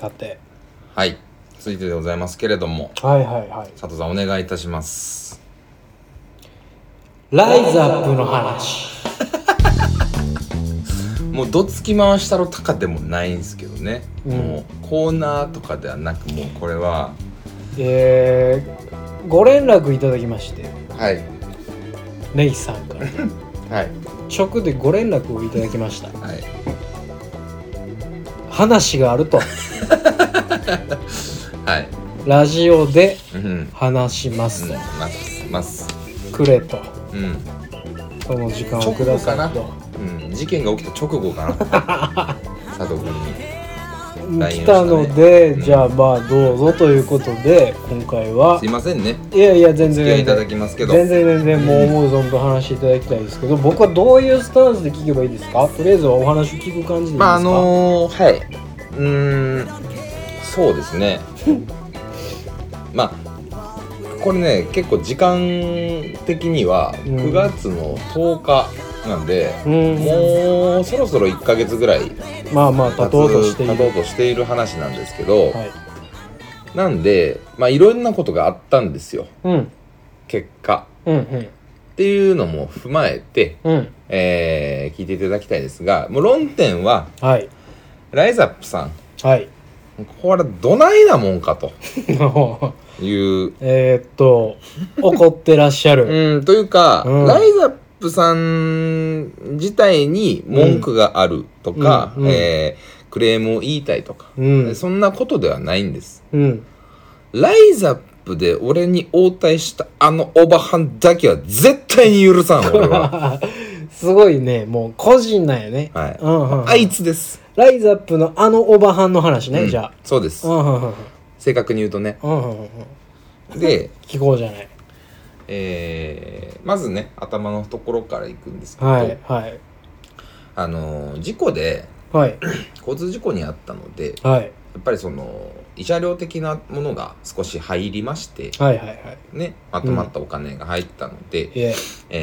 さて、 はい、続いてでございますけれども、 はいはいはい、 佐藤さんお願いいたします。 ライズアップの話。 もうどつき回したろとかでもないんですけどね、もうコーナーとかではなく、もうこれはご連絡いただきまして、 はいネイさんからはい直でご連絡をいただきました。 はい、 話があるとはい、 ラジオでうん話しますと、 ますくれと、 その時間をくださいと、 事件が起きた直後かな佐藤君に来たので、じゃあまあどうぞということで、今回はすいませんね、 いや全然いただきますけど、 全然もう思う存分話していただきたいですけど、僕はどういうスタンスで聞けばいいですか？とりあえずはお話を聞く感じでいいですか？ はい、そうですねこれね、結構時間的には9月の10日なんで、もうそろそろ1ヶ月ぐらい経とうとしている話なんですけど、なんでいろんなことがあったんですよ、結果、っていうのも踏まえて、聞いていただきたいですが、もう論点は、ライザップさん、これどないなもんかという怒ってらっしゃるというか、ライザップさん自体に文句があるとか、クレームを言いたいとか、そんなことではないんです、ライザップで俺に応対したあのおばはんだけは絶対に許さん俺はすごいね、もう個人なんやね、 あいつです。 ライザップのあのおばはんの話ね、じゃあそうです、正確に言うとね、で聞こうじゃない。 まずね、頭のところからいくんですけど、事故で、交通事故に遭ったので、やっぱりその慰謝料的なものが少し入りまして、ね、まとまったお金が入ったので、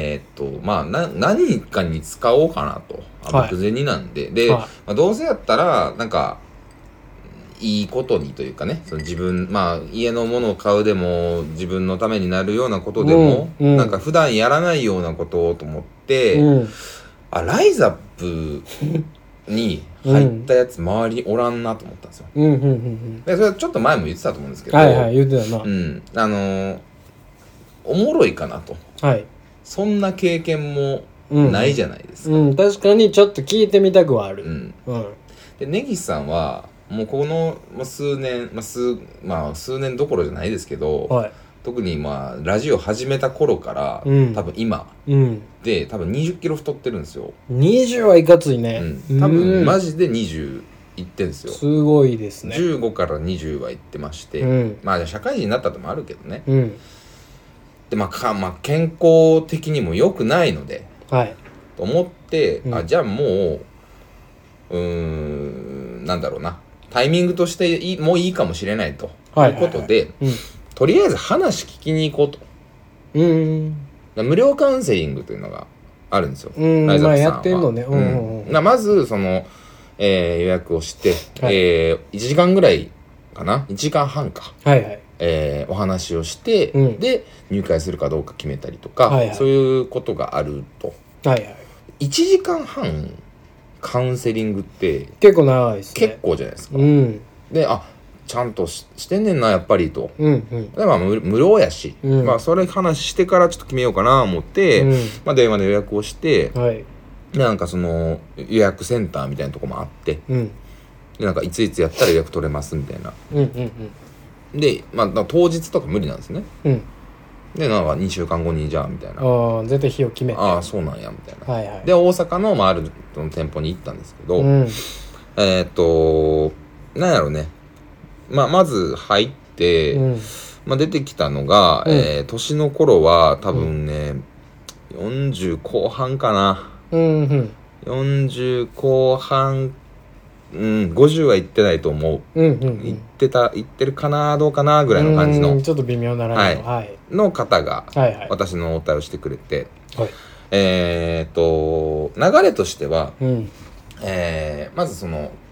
何かに使おうかなと、目前なんで、どうせやったらなんかいいことにというかね、その自分、家のものを買うでも自分のためになるようなことでも、なんか普段やらないようなことをと思って、ライザップに入ったやつ周りにおらんなと思ったんですよ。でそれはちょっと前も言ってたと思うんですけど、 言ってたな。 おもろいかなと、そんな経験もないじゃないですか。 確かにちょっと聞いてみたくはある。 で根岸さんはもうこの数年、数年どころじゃないですけど、特にラジオ始めた頃から、多分今、で多分20キロ太ってるんですよ。 20はいかついね。 多分マジで20いってんですよ。 すごいですね。 15から20はいってまして、社会人になったともあるけどね。で健康的にも良くないので、と思って、じゃあもうなんだろうな、タイミングとしてもういいかもしれないということで、とりあえず話聞きに行こうと。無料カウンセリングというのがあるんですよ、ライザップさんは。 やってんのね。 まずその、予約をして、1時間ぐらいかな、1時間半か、お話をして、で入会するかどうか決めたりとか、そういうことがあると。1時間半カウンセリングって結構長いですね。 結構じゃないですか。でちゃんとしてんねんなやっぱりと。で無料やし、それ話してからちょっと決めようかな思って、電話で予約をして、なんかその予約センターみたいなとこもあって、でなんかいついつやったら予約取れますみたいな。で当日とか無理なんですね。でなんか2週間後にじゃあみたいな、 絶対日を決めて、 そうなんやみたいな。で大阪のある店舗に行ったんですけど、なんやろね、まず入って、出てきたのが、年の頃は多分ね、40後半かな、40後半、50は行ってないと思う、行ってるかなどうかなぐらいの感じの、 ちょっと微妙なラインの方が私の応対をしてくれて、流れとしては、まずその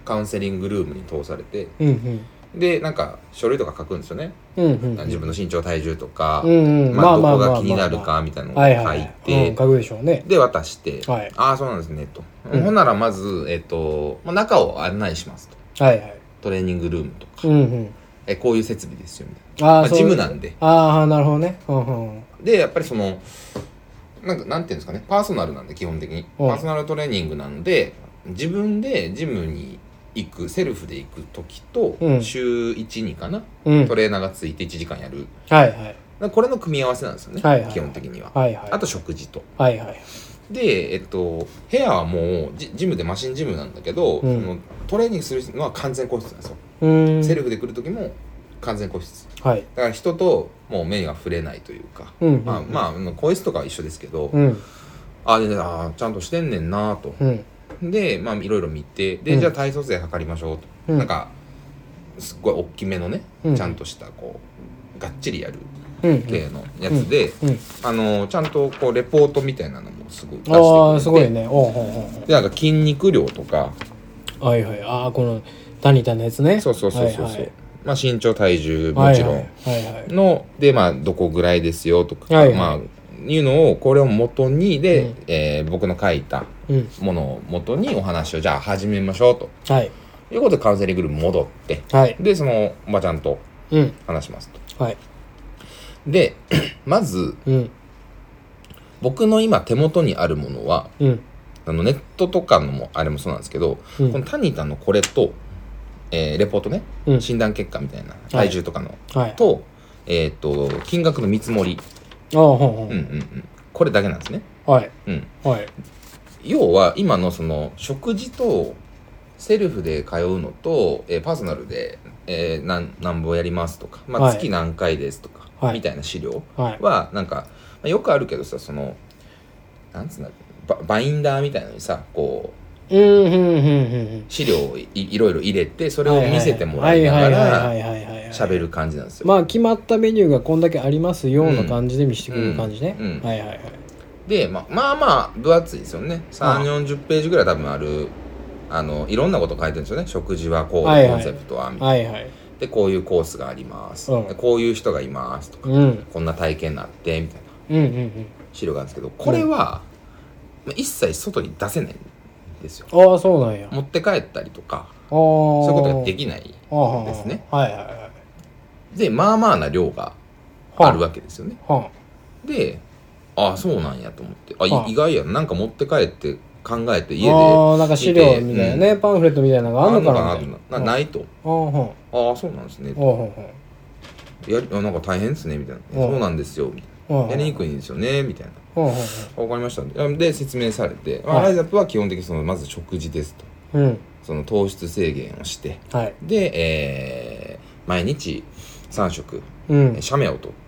カウンセリングルームに通されて、 うんうんでなんか書類とか書くんですよね、 うんうん、 自分の身長体重とか、 うんうん、 まあどこが気になるかみたいなのを書いて、 書くでしょうね。 で渡して、 はい、 ああそうなんですねと、ほんならまずまあ、中を案内しますと、 はいはい、 トレーニングルームとか、 うんうん、 こういう設備ですよみたいな、まあ、ジムなんで、 ああなるほどね、うんうん、 でやっぱりそのなんていうんですかね、パーソナルなんで基本的に、パーソナルトレーニングなので自分でジムに行くセルフで行く時と、週 1,2 かな、トレーナーがついて1時間やる、 はいはい、 これの組み合わせなんですよね、はいはい、基本的には、はいはい、あと食事と、はいはい、で部屋はもうジムでマシンジムなんだけど、そのトレーニングするのは完全個室なんですよ、セルフで来る時も完全個室、はい、だから人ともう目が触れないというか、まあ個室とかは一緒ですけど、ちゃんとしてんねんなと、でまあいろいろ見て、でじゃあ体組成測りましょうと、なんかすっごい大きめのね、ちゃんとしたこうがっちりやる系のやつで、ちゃんとこうレポートみたいなのもすごい出してくれて、ああすごいね、でなんか筋肉量とか、 はいはい、ああこのタニタのやつね、 そう、まあ身長体重もちろんのでまあどこぐらいですよとか、まあいうのをこれを元にで、僕の書いたものを元にお話をじゃあ始めましょうと、はい、いうことでカウンセリングルーム戻って、はい、でそのおばちゃんと話しますと、はい、でまず、僕の今手元にあるものは、ネットとかのもあれもそうなんですけど、このタニタのこれと、レポートね、診断結果みたいな体重とかの、と、金額の見積もり、これだけなんですね。はい。はい。要は今のその食事とセルフで通うのと、パーソナルで、何本やりますとか、まあ、月何回ですとか、みたいな資料はなんか、よくあるけどさ、そのなんつうんだバインダーみたいなのにさこう資料をいろいろ入れてそれを見せてもらいながら喋る感じなんですよ。 まあ決まったメニューがこんだけありますような感じで見せてくれる感じね。はいはいはい。 でまあ分厚いですよね。30-40ページぐらい多分あるいろんなこと書いてるんですよね。食事はこうでコンセプトはみたいな。でこういうコースがあります、こういう人がいますとか、こんな体験になってみたいな資料があるんですけど、これは、一切外に出せないんですよ。 ああそうなんや。 持って帰ったりとかそういうことができないんですね。でまあまあな量があるわけですよね。でああそうなんやと思って、意外やなんか持って帰って考えて家でなんか資料みたいなね、パンフレットみたいなのがあるのかなないと、ああそうなんですねなんか大変ですねみたいな、そうなんですよみたいな、やりにくいんですよねみたいな、わかりましたで説明されて、ライザップは基本的にそのまず食事ですと、その糖質制限をして、で、毎日3食写メを撮って、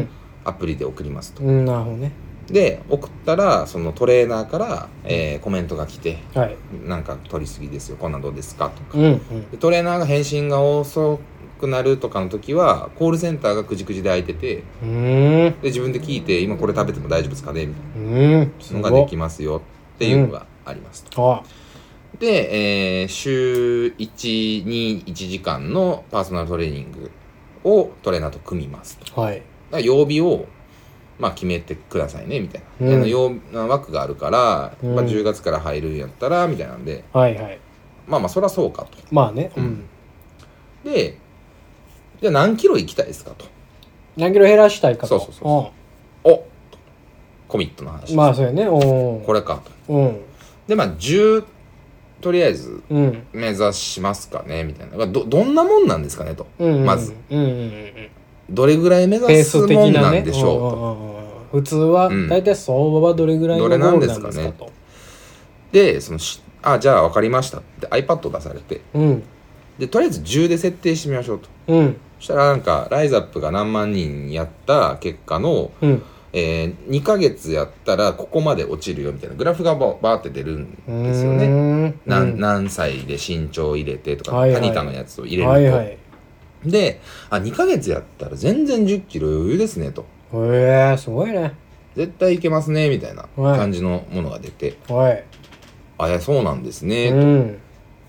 アプリで送りますと、 なるほどね。 で送ったらそのトレーナーから、コメントが来て、なんか取りすぎですよこんなんどうですかとか、でトレーナーが返信が遅くなるとかの時はコールセンターがくじくじで開いてて、で自分で聞いて今これ食べても大丈夫ですかねみたいなのができますよっていうのがありますと、で、週1に1時間のパーソナルトレーニングをトレーナーと組みますと、だから曜日をまあ決めてくださいねみたいな、枠があるから、まあ、10月から入るんやったらみたいなんで、まあそりゃそうかと。 まあね、 でじゃあ何キロ行きたいですかと。 何キロ減らしたいかと。 おコミットの話。 まあそうやね。 これかと。でまあ10とりあえず目指しますかねみたいな。どんなもんなんですかねと、まず。どれぐらい目指すもんなんでしょうと。 普通は大体相場はどれぐらいのゴールなんですかと。 でじゃあ分かりましたって iPad 出されて、でとりあえず10で設定してみましょうと、そしたらなんかライザップが何万人やった結果の、2ヶ月やったらここまで落ちるよみたいなグラフがバーって出るんですよね。何歳で身長入れてとか、タニタのやつを入れると、で2ヶ月やったら全然10キロ余裕ですねと、 すごいね、 絶対いけますねみたいな感じのものが出て、いやそうなんですねと、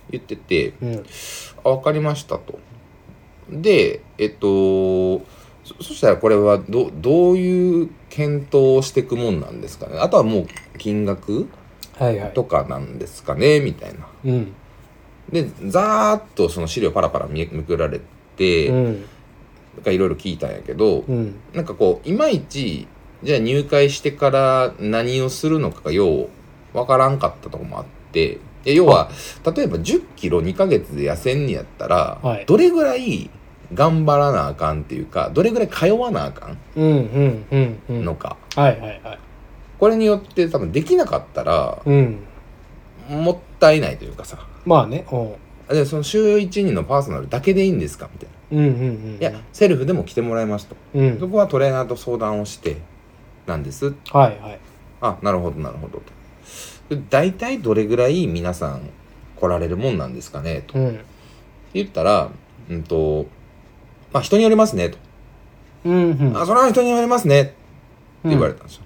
言ってて、あ、分かりましたと。でそしたらこれはどういう検討をしていくもんなんですかね。あとはもう金額とかなんですかね、みたいな。でざーっとその資料パラパラめくられて、いろいろ聞いたんやけど、なんかこういまいちじゃあ入会してから何をするのかがようわからんかったとこもあって、要は例えば10キロ2ヶ月で痩せんにやったら、どれぐらい頑張らなあかんっていうか、どれぐらい通わなあかんのか、これによって多分できなかったら、もったいないというかさ、 まあね、 でその週1、2のパーソナルだけでいいんですかみたいな、いやセルフでも来てもらいますと、そこはトレーナーと相談をしてなんです。あ、なるほどなるほどと。大体どれぐらい皆さん来られるもんなんですかねと、言ったら、まあ人によりますねと、あ、それは人によりますねって言われたんですよ。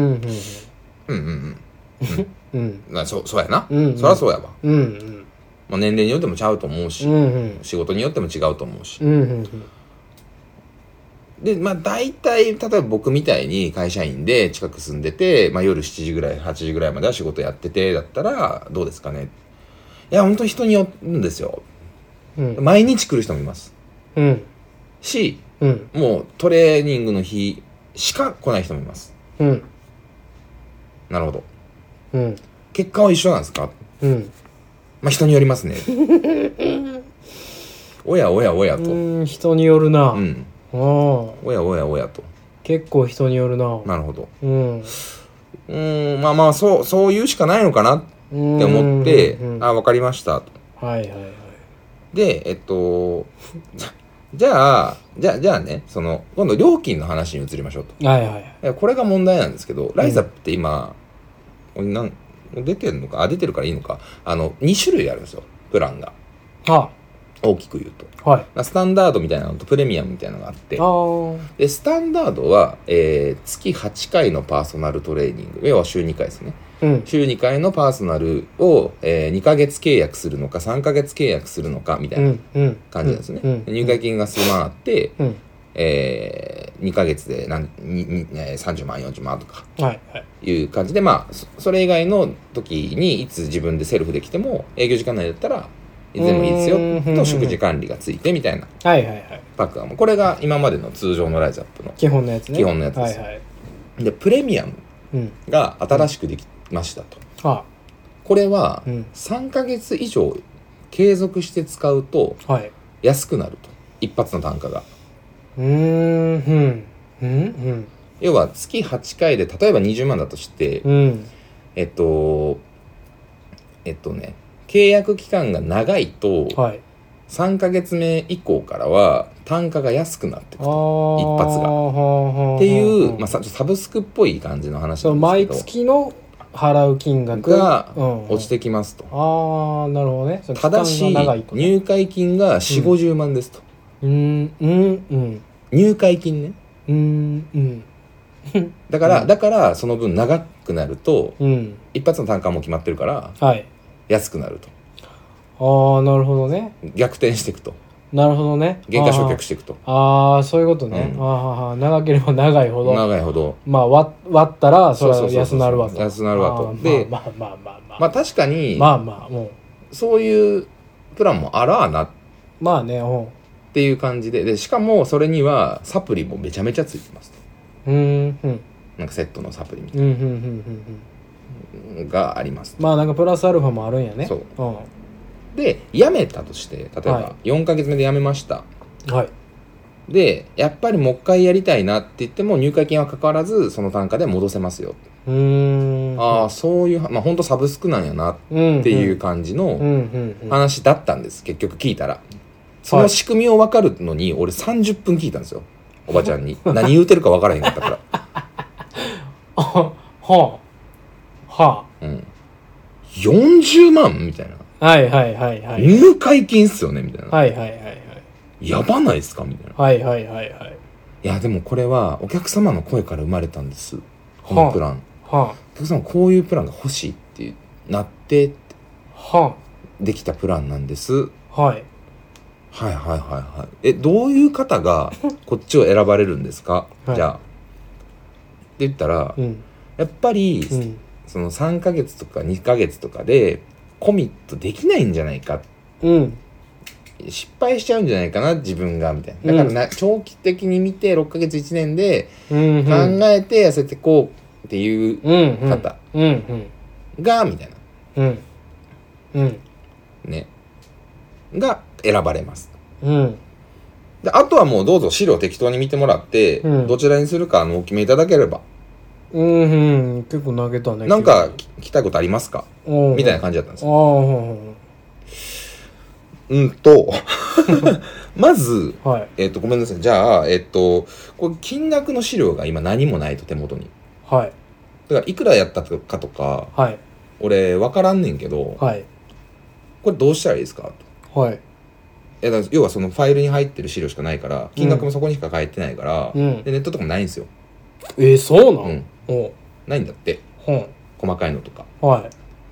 そうやな、そりゃそうやわ。まあ、年齢によってもちゃうと思うし、仕事によっても違うと思うし、でまあ大体例えば僕みたいに会社員で近く住んでて、まあ、夜7時ぐらい8時ぐらいまでは仕事やっててだったらどうですかね。いや本当に人によるんですよ、毎日来る人もいます、し、もうトレーニングの日しか来ない人もいます、なるほど、結果は一緒なんですか。まあ人によりますねおやおやおやと、 人によるな。 おやおやおやと、 結構人によるな。 なるほど。まあまあそう言うしかないのかなって思って、あ、わかりましたと。でじゃあね、その今度料金の話に移りましょうと。これが問題なんですけど、ライザップって今、出てるのか、出てるからいいのか、2種類あるんですよ、プランが。大きく言うと、スタンダードみたいなのとプレミアムみたいなのがあって、でスタンダードは、月8回のパーソナルトレーニング、要は週2回ですね、週2回のパーソナルを、2ヶ月契約するのか3ヶ月契約するのかみたいな感じなんですね。入会金が数万あって、2ヶ月で30万40万とかいう感じで、まあそれ以外の時にいつ自分でセルフで来ても営業時間内だったらいつでもいいですよと、食事管理がついてみたいなパックが、これが今までの通常のライズアップの基本のやつね。 基本のやつです、でプレミアムが新しくできましたと、これは3ヶ月以上継続して使うと安くなると、一発の単価が。要は月8回で例えば20万だとして、契約期間が長いと、3ヶ月目以降からは単価が安くなっていくと、一発がっていう、サブスクっぽい感じの話なんですけど、 毎月の払う金額が落ちてきますと。 なるほどね。 ただし入会金が4、50万ですと。入会金ね。だからその分長くなると、一発の単価も決まってるから、安くなると。 なるほどね。 逆転していくと。 なるほどね。 原価償却していくと。 そういうことね。長ければ長いほど。まあ割ったらそれは安なるわと。 安なるわと。で、まあ確かにもうそういうプランもあらあな。 まあね。 っていう感じで、しかもそれにはサプリもめちゃめちゃついてますと。なんかセットのサプリみたいながあります。 まあなんかプラスアルファもあるんやね。 で辞めたとして、例えば4ヶ月目で辞めました。でやっぱりもう一回やりたいなって言っても入会金はかかわらずその単価で戻せますよ。そういう本当サブスクなんやなっていう感じの話だったんです。結局聞いたらその仕組みを分かるのに俺30分聞いたんですよ、おばちゃんに。何言うてるか分からへんかったから40万みたいな。入会金っすよねみたいな。やばないっすかみたいな。いやでもこれはお客様の声から生まれたんです、このプラン。お客様こういうプランが欲しいってなって、 できたプランなんです。 はいはいはいはいはい。どういう方がこっちを選ばれるんですか、はい、じゃあって言ったら、やっぱり、その3ヶ月とか2ヶ月とかでコミットできないんじゃないか、失敗しちゃうんじゃないかな自分がみたいな。だから長期的に見て6ヶ月1年で考えて痩せてこうっていう方がみたいな、ねが選ばれます。であとはもうどうぞ資料適当に見てもらって、どちらにするかお決めいただければ。 結構投げたね。 なんか聞きたいことありますかみたいな感じだったんですよ。まず、はい、ごめんなさい。じゃあ、これ金額の資料が今何もないと手元に。はい。だからいくらやったかとか、はい、俺分からんねんけど、はい、これどうしたらいいですかと。はい。要はそのファイルに入ってる資料しかないから、金額もそこにしか書いてないから、でネットとかもないんですよ。 そうなん？ ないんだって。細かいのとか。はい。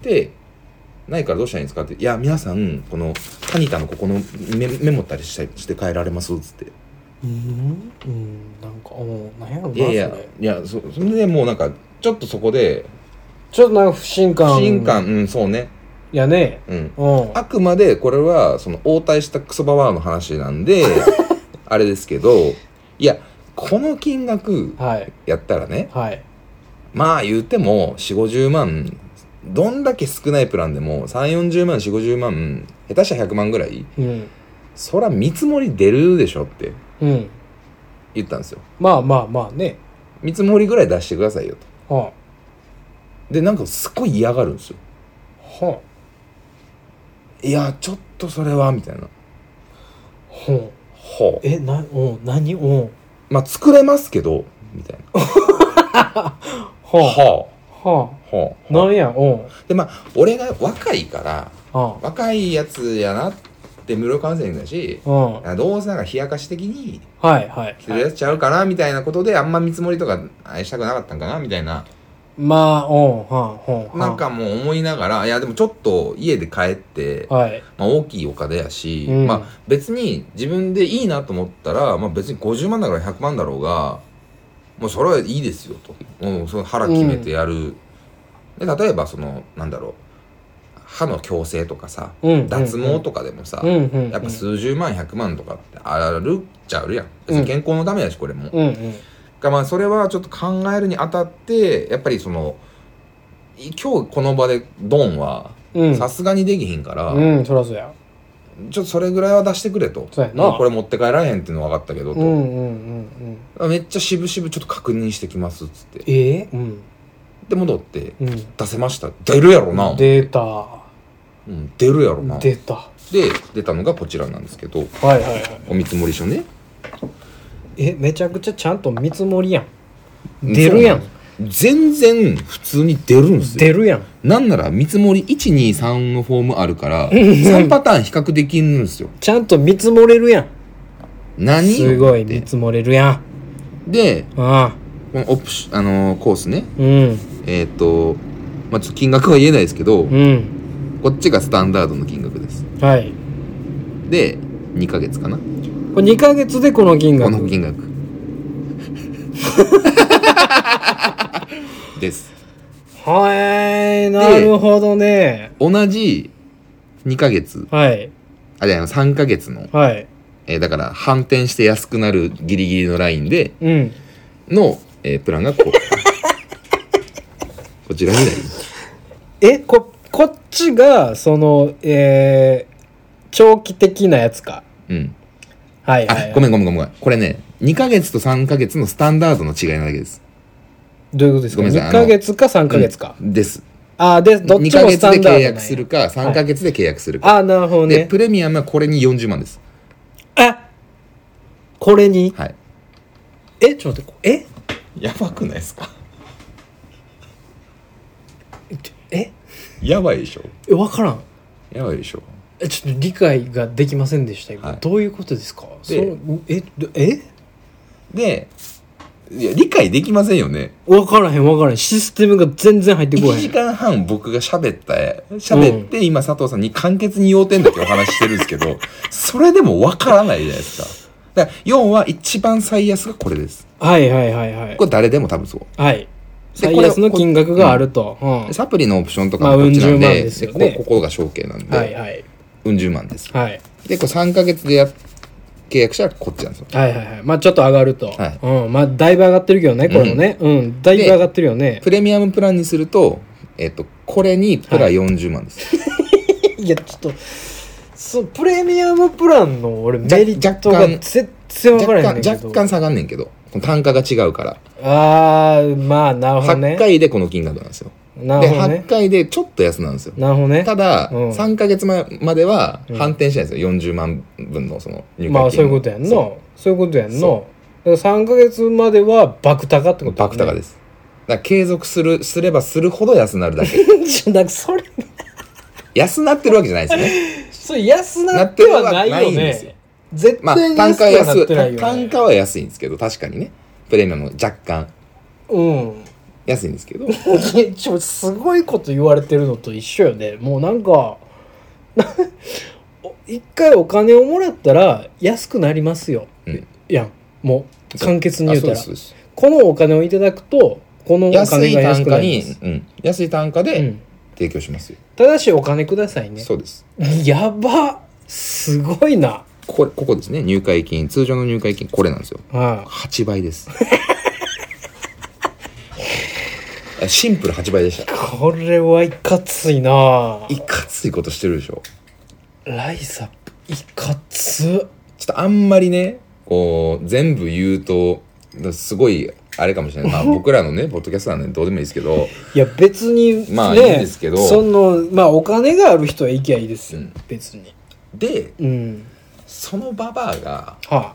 で、ないからどうしたらいいんですかって。いや、皆さん、この、タニタのここのメモったりして変えられますつって。 なんか、なんやろな、 いや、それでもうなんか、ちょっとそこで、 ちょっとなんか不信感。 そうね。 いやね。 あくまで、これは、その、応対したクソババアの話なんで、あれですけど、いや、この金額、やったらね、はい、まあ言うても、4、50万、どんだけ少ないプランでも3、40万、4、50万、下手したら100万ぐらい、そら見積もり出るでしょって言ったんですよ。 まあね。 見積もりぐらい出してくださいよと。で、なんかすっごい嫌がるんですよ。いや、ちょっとそれは、みたいな。 何まあ作れますけど、みたいな。 なんやでまあ俺が若いから若いやつやなって無料カウンセリングだし、どうせなんか冷やかし的にするやつちゃうかなみたいなことであんま見積もりとかしたくなかったんかなみたいな、なんかもう思いながら、いやでもちょっと家で帰って、まあ大きいお金やし、まあ別に自分でいいなと思ったら、まあ別に50万だから100万だろうがもうそれはいいですよと。もうその腹決めてやる。で例えばそのなんだろう、歯の矯正とかさ、脱毛とかでもさ、やっぱ数十万100万とかってあるっちゃあるやん。別に健康のためやしこれも。まあそれはちょっと考えるにあたってやっぱりその今日この場でドンはさすがにできひんから、 そらそうや。 ちょっとそれぐらいは出してくれと。 そうやな。 これ持って帰られへんっていうのは分かったけどと。めっちゃ渋々ちょっと確認してきますっつって。で戻って、出せました。出るやろな。 出た。 出るやろな。 出た。 で出たのがこちらなんですけど。お見積書ね。 めちゃくちゃちゃんと見積もりやん。出るやん。 全然普通に出るんですよ。 出るやん。 なんなら見積もり1、2、3のフォームあるから3パターン比較できるんですよ。 ちゃんと見積もれるやん。 何すごい見積もれるやん。で、このコースね。まあちょっと金額は言えないですけど、こっちがスタンダードの金額です。はい。で、2ヶ月かな。 これ2ヶ月でこの金額。 この金額。です。 なるほどね。 同じ2ヶ月。3ヶ月の。だから反転して安くなるギリギリのラインで、の、プランがこちらになります。 こっちが、その、長期的なやつか。ごめん。これね、2ヶ月と3ヶ月のスタンダードの違いなだけです。 どういうことですか？ 2 ヶ月か3ヶ月か。 です。 どっちもスタンダード。2ヶ月で契約するか、3ヶ月で契約するか。 なるほどね。 で、プレミアムはこれに40万です。 これに？ はい。 ちょっと待って、 やばくないですか？やばいでしょ？ わからん。 やばいでしょ？ ちょっと理解ができませんでした今。どういうことですか？ で、 いや理解できませんよね。 分からへんシステムが全然入ってこへん。 1時間半僕が喋って今佐藤さんに簡潔に要点だけお話ししてるんですけどそれでも分からないじゃないですか。だから要は一番最安がこれです。 はいはいはいはい。 これ誰でも多分そう。 はい。最安の金額があると。 サプリのオプションとかもこっちなんで、 ですよね、 ここが小計なんで、 はいはい。 うん十万です。 はい。 で、これ3ヶ月で契約したらこっちなんですよ。 はいはいはい。まあちょっと上がると。 はい。 まあだいぶ上がってるけどね、これもね。だいぶ上がってるよね。 プレミアムプランにすると、これにプラ40万です。 いや、ちょっと、プレミアムプランの俺メリットが絶対分からへんねんけど。 若干下がんねんけど、単価が違うから。 まあなるほどね。 8回でこの金額なんですよ。 なるほどね。 で、8回でちょっと安なんですよ。 なるほどね。 ただ、3ヶ月までは反転しないんですよ。40万分のその入会金。まあそういうことやんの。そういうことやんの。だから3ヶ月までは爆高ってことだね。 爆高です。だから継続すればするほど安なるだけ。 なんかそれ安なってるわけじゃないですね。 それ安なってはないよね。絶対に安くはなってないよね。 単価は安いんですけど、確かにね。プレミアムの若干。安いんですけど。 すごいこと言われてるのと一緒よね。もうなんか、一回お金をもらったら安くなりますよ。いや、もう簡潔に言うたら。このお金をいただくと、このお金が安くなります。 安い単価で提供しますよ。 ただしお金くださいね。 そうです。 やば、すごいな。 ここですね。入会金、通常の入会金これなんですよ。8倍です。シンプル8倍でした。 これはいかついな。 いかついことしてるでしょ。 ライザップいかつ。ちょっとあんまりね、こう全部言うとすごいあれかもしれない。まあ僕らのねポッドキャストなんでどうでもいいですけど。 いや別にまあいいんですけど、 まあお金がある人は行きゃいいですよ。別に。 で、そのババアが、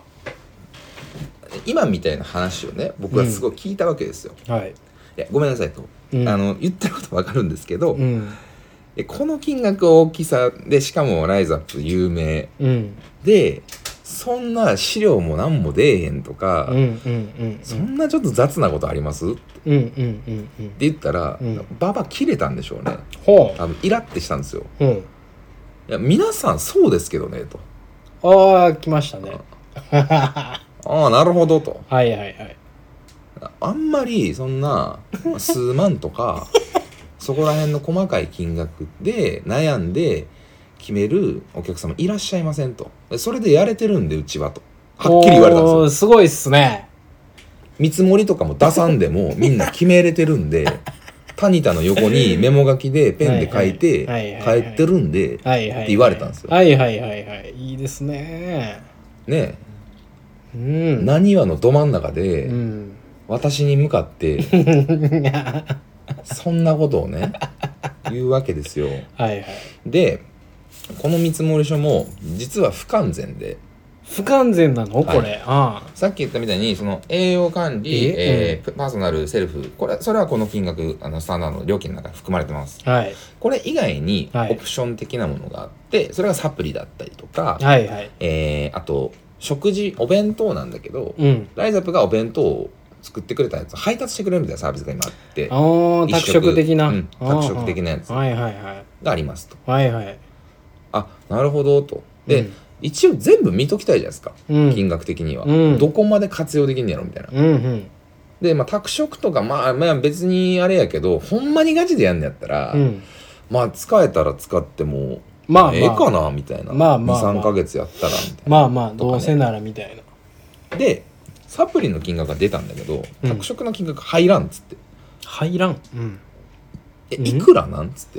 今みたいな話をね僕はすごい聞いたわけですよ。 はい。 いやごめんなさいと、言ってることわかるんですけど、この金額大きさでしかもライズアップ有名、でそんな資料も何も出えへんとか、そんなちょっと雑なことあります、って言ったら、ババ切れたんでしょうね。多分イラってしたんですよ。いや皆さんそうですけどねと。 来ましたね。 なるほどと。 はいはいはい。 あんまりそんな数万とかそこら辺の細かい金額で悩んで決めるお客様いらっしゃいませんと。それでやれてるんでうちはとはっきり言われたんですよ。 すごいっすね。 見積もりとかも出さんでもみんな決めれてるんでタニタの横にメモ書きでペンで書いて帰ってるんでって言われたんですよ。 はいはいはいはい。いいですね。 ねえ、何話のど真ん中で、私に向かってそんなことをね言うわけですよ。 はいはい。 でこの見積書も実は不完全で。 不完全なのこれ、 さっき言ったみたいにその栄養管理、パーソナルセルフそれはこの金額スタンダードの料金の中に含まれてます、これ以外にオプション的なものがあって、それがサプリだったりとか、あと食事お弁当なんだけど、ライザップがお弁当を作ってくれたやつ配達してくれるみたいなサービスが今あって、 宅食的な、 宅食的なやつがありますと。なるほどと。で、一応全部見ときたいじゃないですか、金額的には、どこまで活用できんねやろみたいな、で宅食とかまあ別にあれやけどほんまにガチでやんのやったら、使えたら使ってもええかなみたいな、23ヶ月やったらみたいな、 どうせならみたいな。でサプリの金額が出たんだけど、宅食の金額入らんっつって、 入らん、 いくらなんっつって、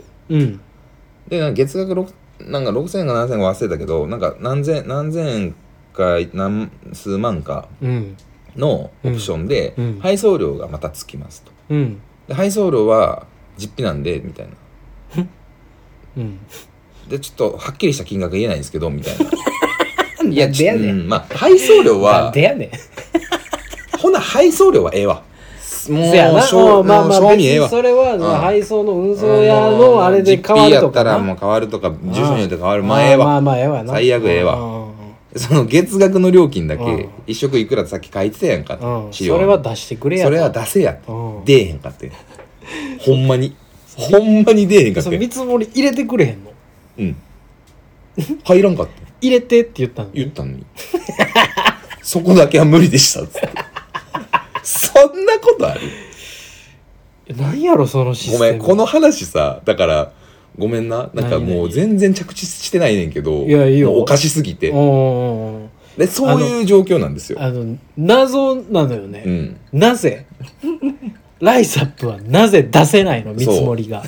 で月額なんか6000円か7000円か忘れたけど、なんか何千円か何数万かのオプションで配送料がまたつきますと、で配送料は実費なんでみたいな、でちょっとはっきりした金額言えないんですけどみたいな。 いやでやねん、 配送料はでやねんほな配送料はええわ、もう賞味ええわ。それは配送の運送屋のあれで変わるとかな。 実費やったらもう変わるとか、住所によって変わる。ええわ。最悪ええわ。 その月額の料金だけ一食いくらってさっき書いてたやんかって、 それは出してくれやそれは出せやって、出えへんかってほんまに出えへんかって。 見積もり入れてくれへんの？ うん入らんかって入れてって言ったのにそこだけは無理でしたっつってそんなことある？ 何やろそのシステム。 ごめんこの話さだからごめんななんかもう全然着地してないねんけど、 いやいいよおかしすぎてでそういう状況なんですよ。 謎なのよね、なぜライザップはなぜ出せないの見積もりが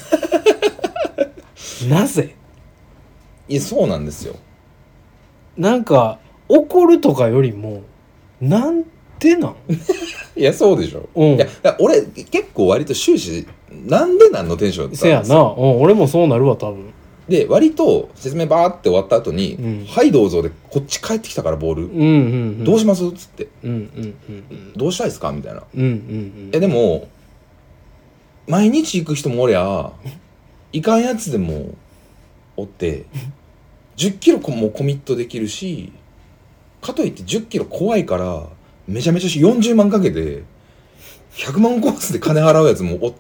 なぜ？ いやそうなんですよ。 なんか怒るとかよりもなんでなんいやそうでしょ、いや俺結構割と終始なんでなんのテンションだったんですよ。 せやな、俺もそうなるわ多分。 で割と説明バーって終わった後に、はいどうぞでこっち帰ってきたからボール、どうしますっつって、どうしたいですかみたいな、でも毎日行く人もおりゃいかんやつでもおって10キロもコミットできるし、かといって10キロ怖いからめちゃめちゃ40万かけて100万コースで金払うやつもおって、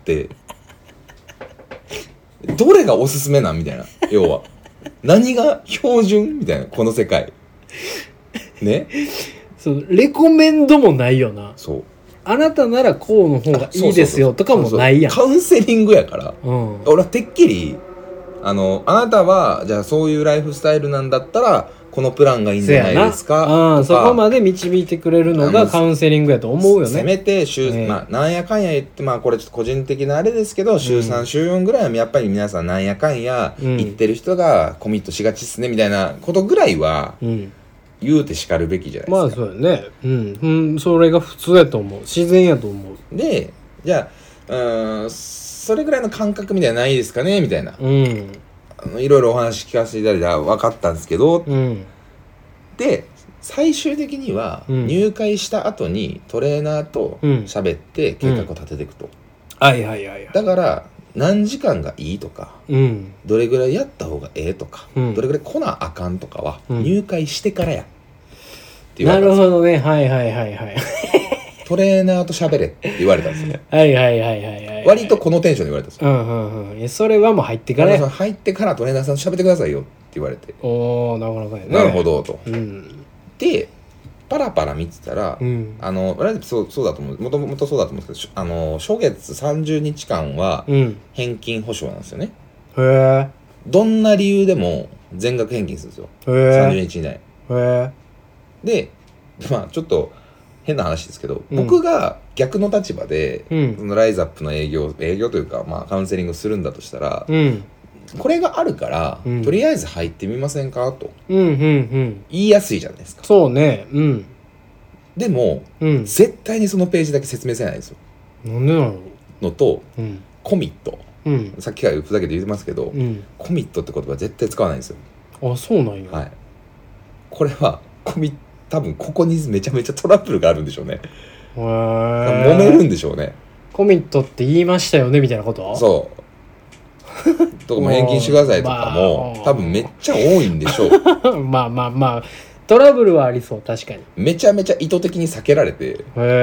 どれがおすすめなんみたいな、要は何が標準みたいな、この世界ね。 そうレコメンドもないよな。そうあなたならこうの方がいいですよとかもないやん。 カウンセリングやから、俺はてっきりあなたはじゃあそういうライフスタイルなんだったらこのプランがいいんじゃないですか、 そこまで導いてくれるのがカウンセリングやと思うよね。 せめてなんやかんや言ってこれちょっと個人的なあれですけど、週3週4ぐらいはやっぱり皆さんなんやかんや言ってる人がコミットしがちっすねみたいなことぐらいは言うて叱るべきじゃないですか。 そうやね。それが普通やと思う。自然やと思う。 でじゃあそれぐらいの感覚みたいなないですかねみたいな、いろいろお話聞かせていただいたら分かったんですけど、で最終的には入会した後にトレーナーと喋って計画を立てていくと、だから何時間がいいとか、どれぐらいやった方がええとか、どれぐらい来なあかんとかは入会してからやって言われたんですよ。なるほどね。 トレーナーと喋れって言われたんですよ。割とこのテンションで言われたんですよ。 それはもう入ってからや。 入ってからトレーナーさんと喋ってくださいよって言われて。 なかなかやね。 なるほどと。でパラパラ見てたら、そうだと思う。もともとそうだと思うんですけど、初月30日間は返金保証なんですよね。どんな理由でも全額返金するんですよ。30日以内。で、ちょっと変な話ですけど、僕が逆の立場で、そのライズアップの営業というか、カウンセリングするんだとしたら、これがあるから、とりあえず入ってみませんかと、言いやすいじゃないですか。 そうね。 でも、絶対にそのページだけ説明せないんですよ。 なんでなの？ のと、コミット、さっきからふざけて言ってますけど、コミットって言葉は絶対使わないんですよ。 あ、そうなんや。 はい。これは多分ここにめちゃめちゃトラブルがあるんでしょうね。揉めるんでしょうね。 コミットって言いましたよねみたいなこと？ そうとかも返金してくださいとかも、多分めっちゃ多いんでしょう。 トラブルはありそう。確かにめちゃめちゃ意図的に避けられて、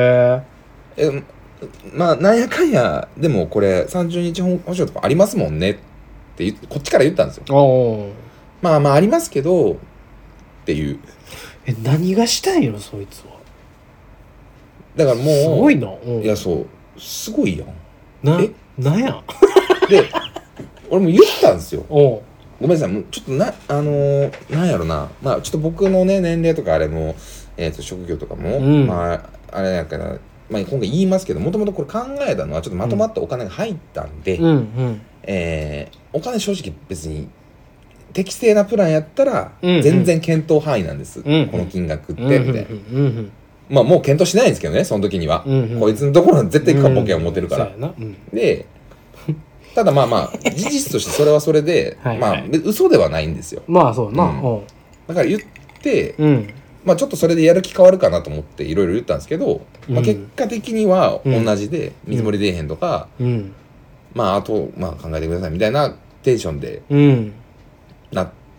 なんやかんやでもこれ30日保証とかありますもんねってこっちから言ったんですよ。ありますけどっていう。 何がしたいのそいつは。 だからもうすごいな。 いやそうすごいやん。 なんやで俺も言ったんですよ。ごめんなさい、もうちょっとなんやろな、ちょっと僕のね年齢とかあれも職業とかも、あれやから、今回言いますけど、もともとこれ考えたのはちょっとまとまったお金が入ったんで、お金正直別に適正なプランやったら全然検討範囲なんです、この金額ってみたいな。もう検討しないんですけどね、その時には、こいつのところ絶対行くかボケは持ってるから、でただ事実としてそれはそれで嘘ではないんですよ。 そうな、 だから言って、ちょっとそれでやる気変わるかなと思っていろいろ言ったんですけど、結果的には同じで見積もり出えへんとか、あと考えてくださいみたいなテンションでなって、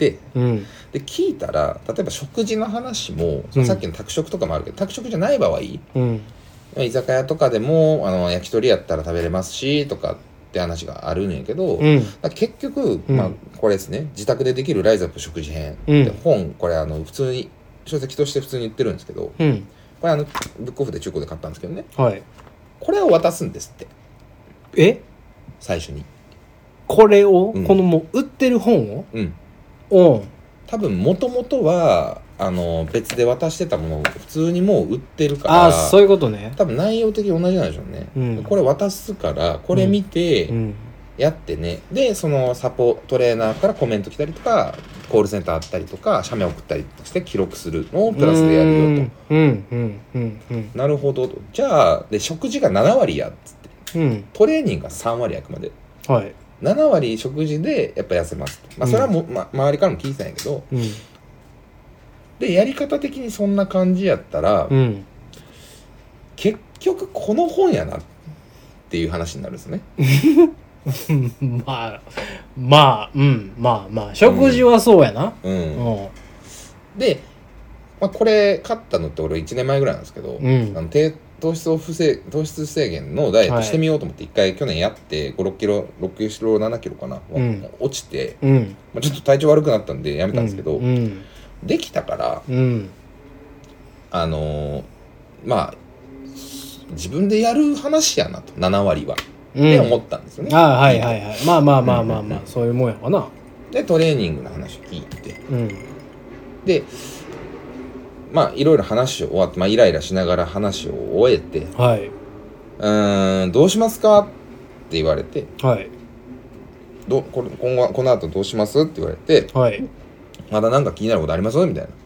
て、で聞いたら例えば食事の話も、さっきの宅食とかもあるけど宅食じゃない場合、居酒屋とかでも焼き鳥やったら食べれますしとかって話があるんやけど、結局、これですね、自宅でできるライズアップ食事編、で本これ普通に書籍として普通に言ってるんですけど、これブックオフで中古で買ったんですけどね、これを渡すんですって。最初にこれを、このもう売ってる本を多分もともとは別で渡してたものを普通にもう売ってるから、 そういうことね。 多分内容的に同じなんでしょうね、これ渡すからこれ見てやってね、でそのトレーナーからコメント来たりとかコールセンターあったりとか写メ送ったりして記録するのをプラスでやるよと。なるほどと。じゃあで食事が7割やっつって、トレーニングが3割あくまで、7割食事でやっぱ痩せますと。それはもう、周りからも聞いてたんやけど、でやり方的にそんな感じやったら、結局この本やなっていう話になるんですね。 まあ食事はそうやな。 で、これ買ったのって俺1年前ぐらいなんですけど、低糖質制限のダイエットしてみようと思って1回去年やって5、6キロ7キロかな、落ちて、ちょっと体調悪くなったんでやめたんですけど、できたから、自分でやる話やなと、7割はって思ったんですよね。 まあそういうもんやわな。 でトレーニングの話を聞いて、でいろいろ話を終わって、イライラしながら話を終えて、どうしますかって言われて、この後どうしますって言われて、まだなんか気になることありますみたい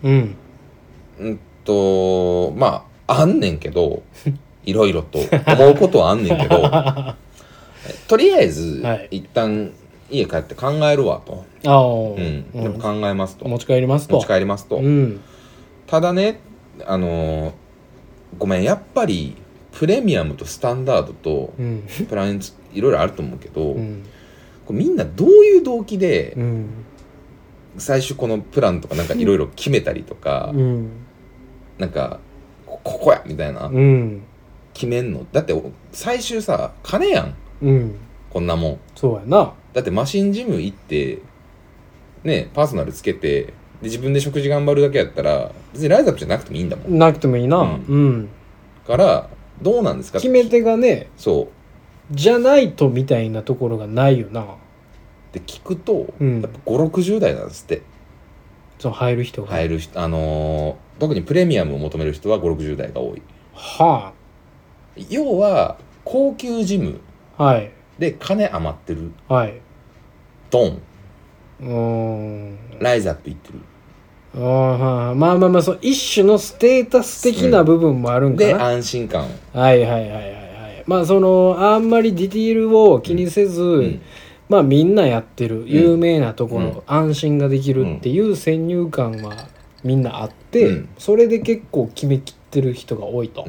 な。あんねんけどいろいろと思うことはあんねんけどとりあえず、一旦家帰って考えるわと。でも考えますと。 持ち帰りますと。 ただね、ごめん、やっぱりプレミアムとスタンダードとプランいろいろあると思うけど、これみんなどういう動機で、最初このプランとかなんかいろいろ決めたりとか、なんかここやみたいな、決めんの。だって最終さ金やん、こんなもん。 そうやな。 だってマシンジム行ってね、パーソナルつけてで自分で食事頑張るだけやったら別にライズアップじゃなくてもいいんだもん。 なくてもいいな。 からどうなんですか、 決め手がね、 そうじゃないとみたいなところがないよなって聞くと、やっぱ5、60代なんですって。 そう入る人が特にプレミアムを求める人は5、60代が多い。要は高級ジムで金余ってる、ドンライズアップいってる。 そう一種のステータス的な部分もあるんかな、 で安心感。 あんまりディティールを気にせず、みんなやってる有名なところ、安心ができるっていう先入観はみんなあって、それで結構決めきってる人が多いと、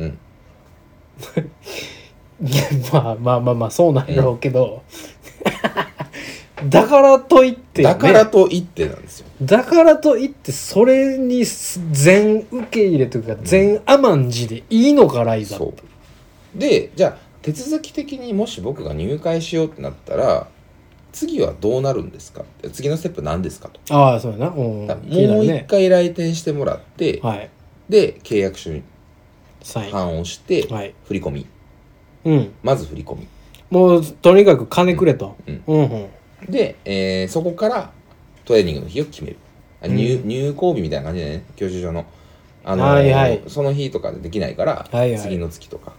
そうなんやろうけど、だからといってなんですよ。だからといってそれに全受け入れというか全甘んじでいいのか、ライザーって。 でじゃあ手続き的にもし僕が入会しようってなったら次はどうなるんですか、次のステップ何ですかと。 そうやな。もう一回来店してもらって、で契約書に判をして、振り込み、まず振り込み、 もうとにかく金くれと、 で、そこからトレーニングの日を決める。入校日みたいな感じでね、教習所のその日とかでできないから、次の月とか、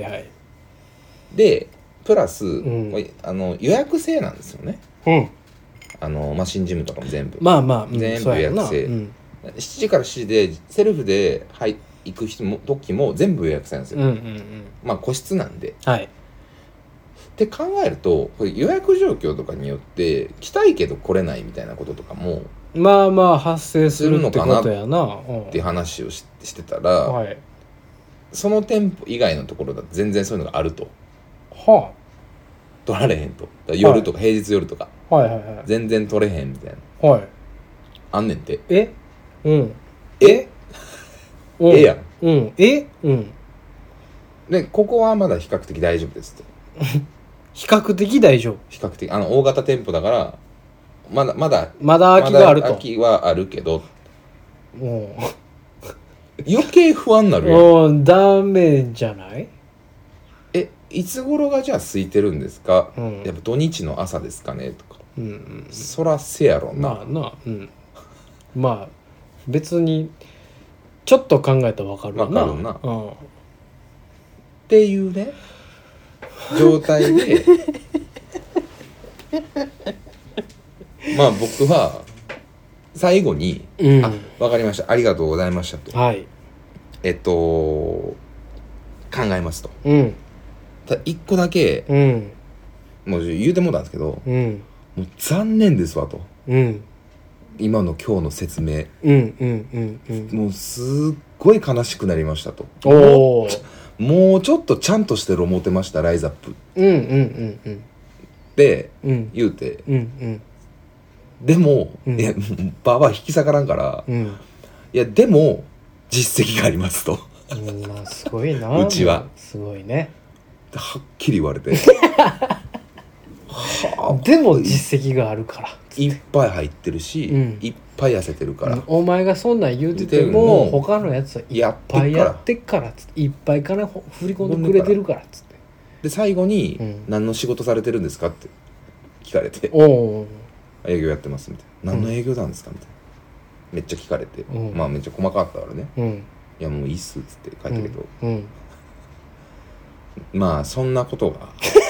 でプラス、予約制なんですよね、マシンジムとかも全部全部予約制、7時から7時でセルフで行く時も全部予約制なんですよ、個室なんで、って考えるとこれ予約状況とかによって来たいけど来れないみたいなこととかも発生するってことやなって話をしてたら、その店舗以外のところだと全然そういうのがあると、取られへんと、夜とか平日夜とか、全然取れへんみたいな、 あんねんて。 うんえやん。 うんでここはまだ比較的大丈夫ですと。 比較的大丈夫。 比較的大型店舗だからまだ空きがあると。 空きはあるけどもう余計不安になるやん。 もうダメじゃない？ いつ頃がじゃあ空いてるんですか、 うん、 やっぱ土日の朝ですかねとか、 うんうん、 そらせやろな。 まあ別にちょっと考えたら分かるわかるな、 っていうね状態でまあ僕は最後に、わかりました、ありがとうございましたと、考えますと、ただ一個だけ、もう言うてもうたんですけど、もう残念ですわと、今の今日の説明、もうすっごい悲しくなりましたと。もうちょっとちゃんとしてる思ってましたライザップって言うて、でも、いやババア引き下がらんから、いやでも実績がありますと、 まあすごいなうちはすごいね、 はっきり言われてでも実績があるからいっぱい入ってるし、いっぱい痩せてるから、 お前がそんなん言うてても他のやつはいっぱいやってっからっつって、いっぱい金振り込んでくれてるからっつって、 で最後に、何の仕事されてるんですかって聞かれて、営業やってますみたいな、何の営業なんですかみたいなめっちゃ聞かれて、まあめっちゃ細かかったからね、いやもういいっすっつって書いたけど、まあそんなことが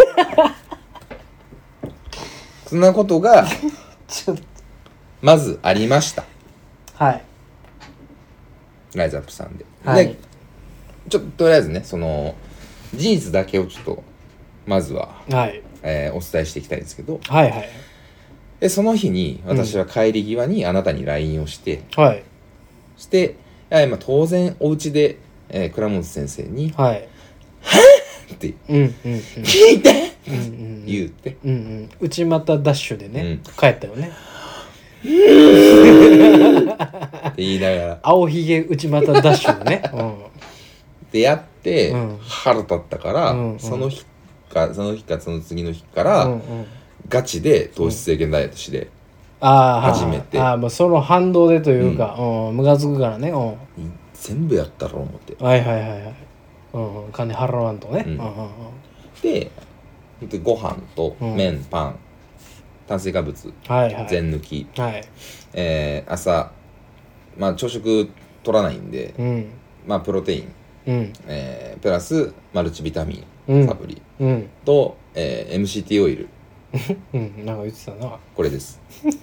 そんなことがまずありました。 はい。 ライズアップさんで。 はい。 で、ちょっととりあえずね、その事実だけをちょっとまずは、お伝えしていきたいんですけど、でその日に私は帰り際にあなたに LINE をして、して、当然お家で、倉本先生に、って聞いて言うて、 内股ダッシュでね、帰ったよねって言いながら青ひげ内股ダッシュでね、 でやって、腹立ったから、その日かその次の日から、ガチで糖質制限ダイエットして始めて、 もうその反動でというか、ムカつくからね、 全部やったろう思って、 金払わんとね、 でご飯と麺、パン、炭水化物、全抜き、朝、朝食取らないんで、プロテイン、プラスマルチビタミン、サプリ、と、MCT オイルなんか言ってたな、 これです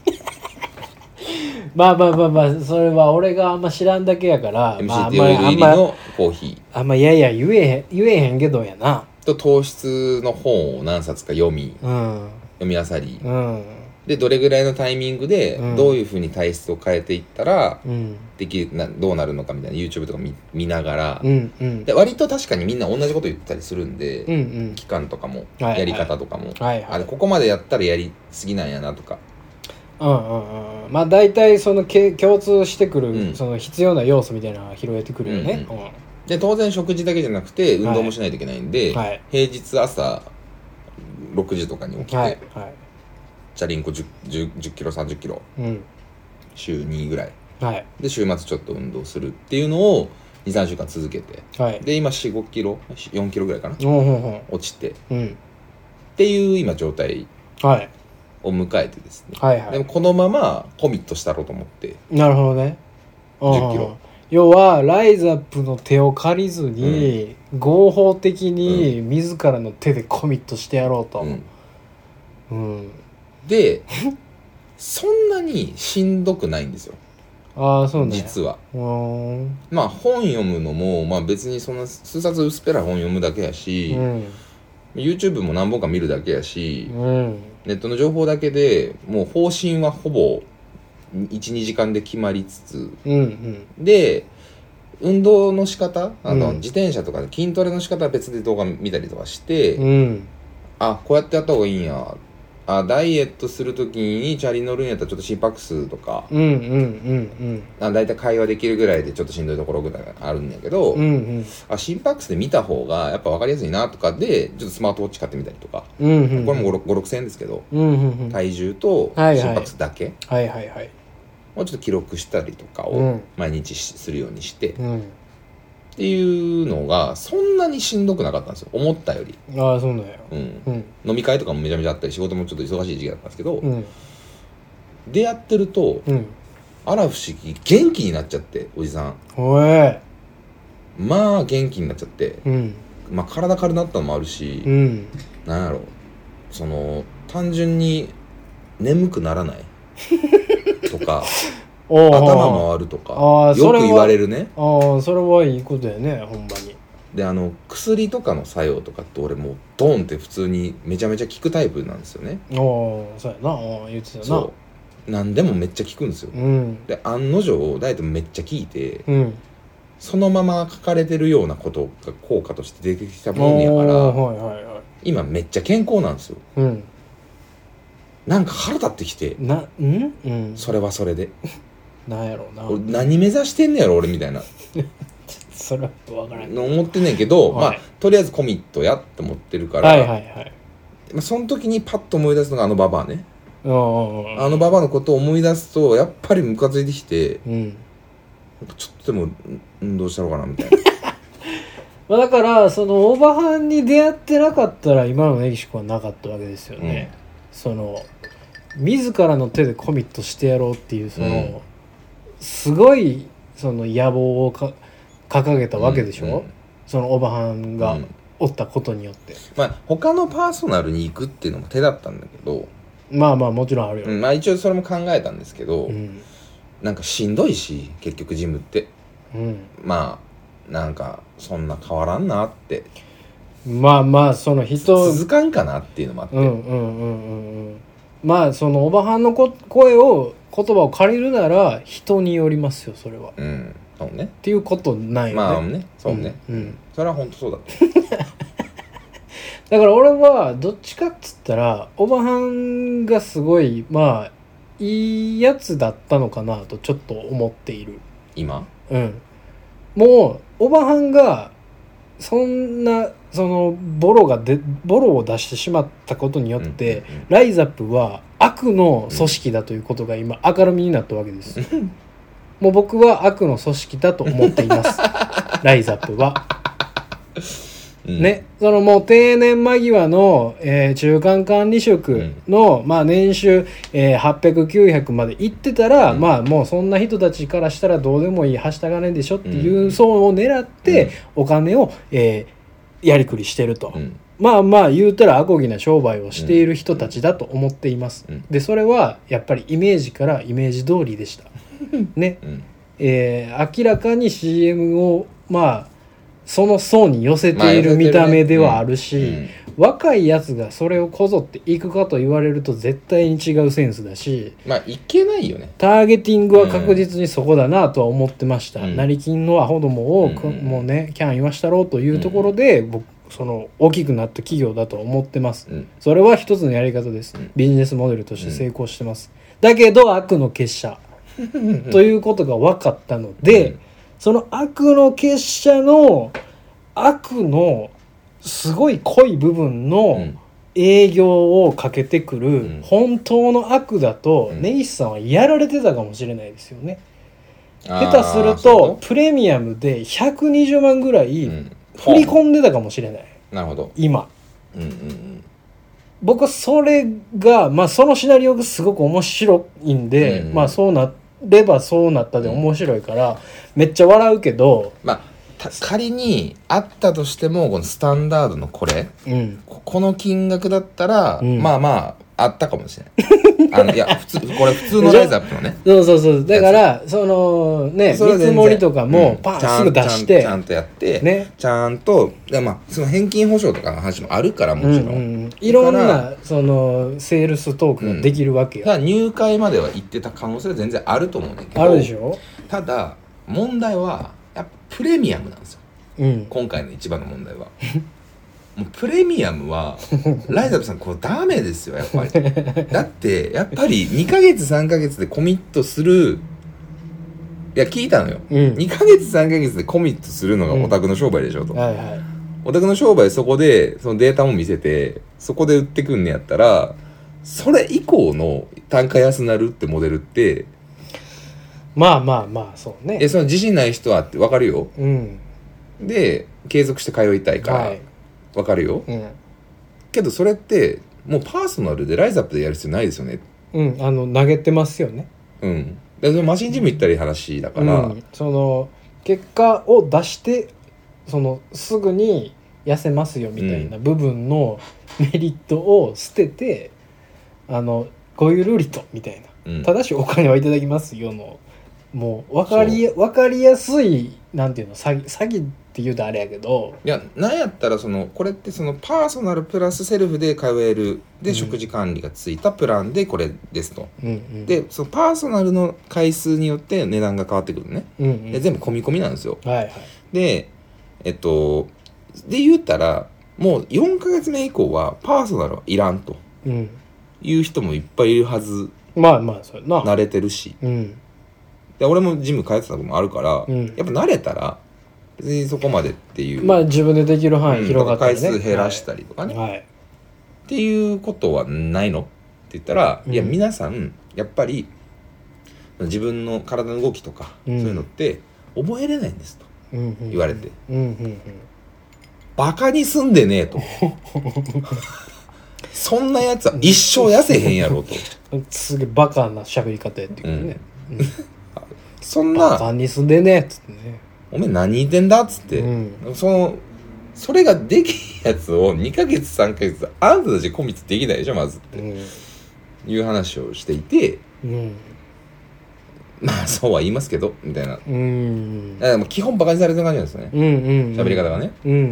まあそれは俺があんま知らんだけやから、 MCT オイル入りのコーヒー、 あんま言えへんけどやな、 と糖質の本を何冊か読みあさり、でどれぐらいのタイミングでどういうふうに体質を変えていったらどうなるのかみたいな YouTube とか見ながら、で割と確かにみんな同じこと言ったりするんで、期間とかもやり方とかも、ここまでやったらやりすぎなんやなとか、 まあ大体その共通してくる、その必要な要素みたいなのが拾えてくるよね、 で当然食事だけじゃなくて運動もしないといけないんで、平日朝6時とかに起きて、チャリンコ 10キロ30キロ、週2ぐらい、で週末ちょっと運動するっていうのを 2,3 週間続けて、で今 4,5 キロ4キロぐらいかな、落ちて、っていう今状態を迎えてですね、でもこのままコミットしたろうと思って、 なるほどね、 10キロ、 要はライズアップの手を借りずに、合法的に自らの手でコミットしてやろうと、 でそんなにしんどくないんですよ。 そうね、 実は本読むのも、別にそんな数冊薄っぺらい本読むだけやし、YouTube も何本か見るだけやし、ネットの情報だけでもう方針はほぼ 1,2 時間で決まりつつ、で運動の仕方、自転車とかで筋トレの仕方は別で動画見たりとかして、こうやってやった方がいいんやっダイエットするときにチャリ乗るんやったらちょっと心拍数とか、だいたい会話できるぐらいでちょっとしんどいところぐらいあるんやけど、心拍数で見た方がやっぱ分かりやすいなとかでちょっとスマートウォッチ買ってみたりとか、これも5,000-6,000円ですけど、体重と心拍数だけをちょっと記録したりとかを毎日するようにして、っていうのがそんなにしんどくなかったんですよ、思ったより。 ああ、そうなんや。 飲み会とかもめちゃめちゃあったり仕事もちょっと忙しい時期だったんですけど、出会ってると、あら不思議元気になっちゃって、おじさんまあ元気になっちゃって、まあ体軽くなったのもあるし、なんやろ、その単純に眠くならないとか頭回るとかよく言われるね。 それはいいことやね、ほんまに。 で薬とかの作用とかって俺もうドーンって普通にめちゃめちゃ効くタイプなんですよね。 そうやな、言ってたな。 そう何でもめっちゃ効くんですよ、で案の定ダイエットめっちゃ効いて、そのまま書かれてるようなことが効果として出てきたものやから、今めっちゃ健康なんですよ。なんか腹立ってきて、それはそれでなんやろうな、 俺何目指してんねやろ俺みたいなそれは分からん思ってんねんけど、まあとりあえずコミットやって思ってるから、その時にパッと思い出すのがババアね。ババアのことを思い出すとやっぱりムカついてきて、ちょっとでも運動したのかなみたいなだからそのオバハンに出会ってなかったら今のネギシコはなかったわけですよね、その自らの手でコミットしてやろうっていうその、すごいその野望を掲げたわけでしょ、そのオバハンがおったことによって、 まあ他のパーソナルに行くっていうのも手だったんだけど、 まあもちろんあるよ、 まあ一応それも考えたんですけど、なんかしんどいし結局ジムって、まあなんかそんな変わらんなって、 まあその人続かんかなっていうのもあって、 まあそのオバハンの声を言葉を借りるなら人によりますよ、それは。 そうねっていうことないよね。 まあね、そうね、それは本当そうだだから俺はどっちかっつったらオバハンがすごいまあいいやつだったのかなとちょっと思っている今。 もうオバハンがそんなそのボロを出してしまったことによって、ライザップは悪の組織だということが今明るみになったわけです、もう僕は悪の組織だと思っていますライザップはね、そのもう定年間際の、中間管理職の、まあ、年収、800、900まで行ってたら、まあもうそんな人たちからしたらどうでもいいはした金でしょっていう層を狙って、お金を、やりくりしてると、まあ言うたらアコギな商売をしている人たちだと思っています、でそれはやっぱりイメージからイメージ通りでしたね、明らかに CM をまあその層に寄せている見た目ではあるし、若いやつがそれをこぞっていくかと言われると絶対に違うセンスだし、 まあいけないよね。 ターゲティングは確実にそこだなとは思ってました、成金のアホどもを、もうねキャン言わしたろうというところで、僕その大きくなった企業だと思ってます、それは一つのやり方です、ビジネスモデルとして成功してます、だけど悪の結社ということが分かったので、その悪の結社の悪のすごい濃い部分の営業をかけてくる本当の悪だと、根岸さんはやられてたかもしれないですよね。下手するとプレミアムで120万ぐらい振り込んでたかもしれない。 なるほど。 今、僕はそれが、まあそのシナリオがすごく面白いんで、まあそうなればそうなったで面白いから、めっちゃ笑うけど、 まあ仮にあったとしてもこのスタンダードのこれ、この金額だったら、まああったかもしれないいや普通のライズアップのねそうだからそのね見積もりとかもパンすぐ出してちゃんとやってね、ちゃんとまあその返金保証とかの話もあるからもちろん、 いろんなそのセールストークができるわけよ、 ただ入会までは行ってた可能性は全然あると思うんだけど、 あるでしょ。 ただ問題はやっぱプレミアムなんですよ、今回の一番の問題はもうプレミアムはライザップさんこれダメですよやっぱりだってやっぱり2ヶ月3ヶ月でコミットするいや聞いたのよ、2ヶ月3ヶ月でコミットするのがオタクの商売でしょと、はいはい、オタクの商売そこでそのデータも見せてそこで売ってくんねやったらそれ以降の単価安なるってモデルってまあそうねその自信ない人はって分かるよ、で継続して通いたいから分かるよ、けどそれってもうパーソナルでライズアップでやる必要ないですよね投げてますよねでそのマシンジム行ったり話だから、 その結果を出してそのすぐに痩せますよみたいな部分のメリットを捨ててこういうルーリットみたいな、ただしお金はいただきますよのもう分かりやすいなんていうの詐欺って言うとあれやけどいやなんやったらこれってそのパーソナルプラスセルフで通えるで、食事管理がついたプランでこれですと、でそのパーソナルの回数によって値段が変わってくるね、で全部込み込みなんですよ、でで言ったらもう4ヶ月目以降はパーソナルはいらんという人もいっぱいいるはず、 まあそうやな慣れてるし、で俺もジム通ってたのもあるから、やっぱ慣れたら別にそこまでっていう自分でできる範囲広がったりね、 回数減らしたりとかね、っていうことはないのって言ったら、いや皆さんやっぱり自分の体の動きとか、そういうのって覚えれないんですと言われて、バカにすんでねえとそんなやつは一生痩せへんやろとすげえバカな喋り方やっていうね、 そんなバカにすんでねえっつってねおめえ何言ってんだっつって、それができんやつを2ヶ月3ヶ月あんたたちコミットできないでしょまずって、いう話をしていて、まあそうは言いますけどみたいな、でも基本バカにされてる感じなんですよね、喋り方がね、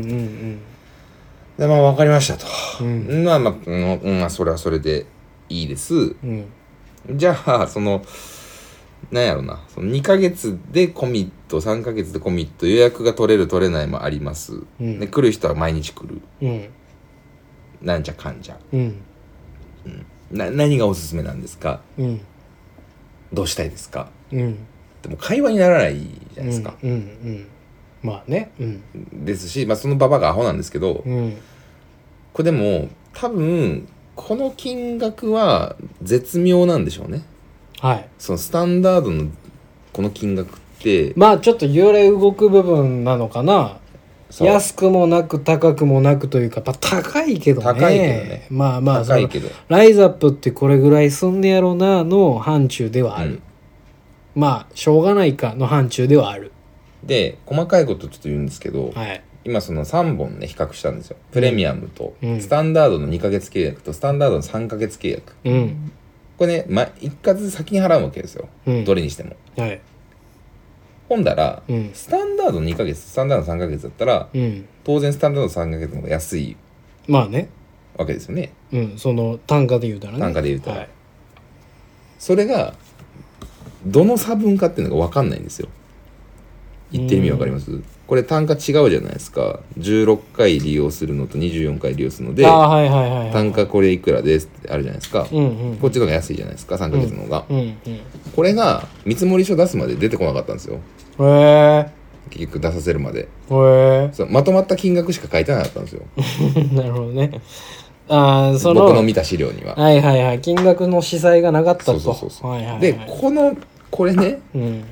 でまあ分かりましたと、まあそれはそれでいいです、じゃあなんやろなその2ヶ月でコミット3ヶ月でコミット予約が取れる取れないもあります、で来る人は毎日来る、なんじゃかんじゃ、何がおすすめなんですか、どうしたいですか、でも会話にならないじゃないですか、 まあね、 ですし、そのババがアホなんですけど、これでも多分この金額は絶妙なんでしょうね、そのスタンダードのこの金額ってちょっと揺れ動く部分なのかな、安くもなく高くもなくというか、高いけどね、 高いけどね、 高いけどライズアップってこれぐらいすんねやろなの範疇ではある、しょうがないかの範疇ではある。 で細かいことちょっと言うんですけど、今その3本ね比較したんですよ、プレミアムと、スタンダードの2ヶ月契約とスタンダードの3ヶ月契約、これね、一括先に払うわけですよ、どれにしても、ほんだら、スタンダード2ヶ月スタンダード3ヶ月だったら、当然スタンダード3ヶ月の方が安いわけですよね、 その単価で言うたらね、 単価で言うたら、それがどの差分かっていうのが分かんないんですよ。言ってる意味分かります？これ単価違うじゃないですか。16回利用するのと24回利用するので、単価これいくらですってあるじゃないですか、こっちの方が安いじゃないですか、3ヶ月の方が、これが見積書出すまで出てこなかったんですよ。結局出させるまで、そうまとまった金額しか書いてなかったんですよなるほどね。 僕の見た資料には金額の記載がなかったと。 でこれね、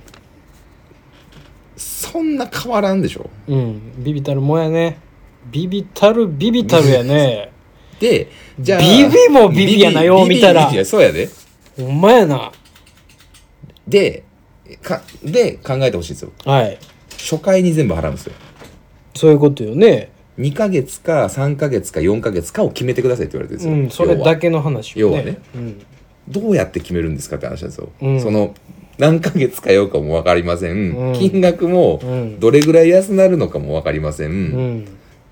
そんな変わらんでしょ。 ビビたるもんやね。ビビたるやね。 でじゃあビビもビビやなよ見たら。 いやそうやで。 ほんまやな。 で考えてほしいんですよ。初回に全部払うんですよ。 そういうことよね。 2ヶ月か3ヶ月か4ヶ月かを決めてくださいって言われてるんですよ。 それだけの話よね。要はね、どうやって決めるんですかって話なんですよ。その何ヶ月かようかも分かりません、金額もどれぐらい安なるのかも分かりません、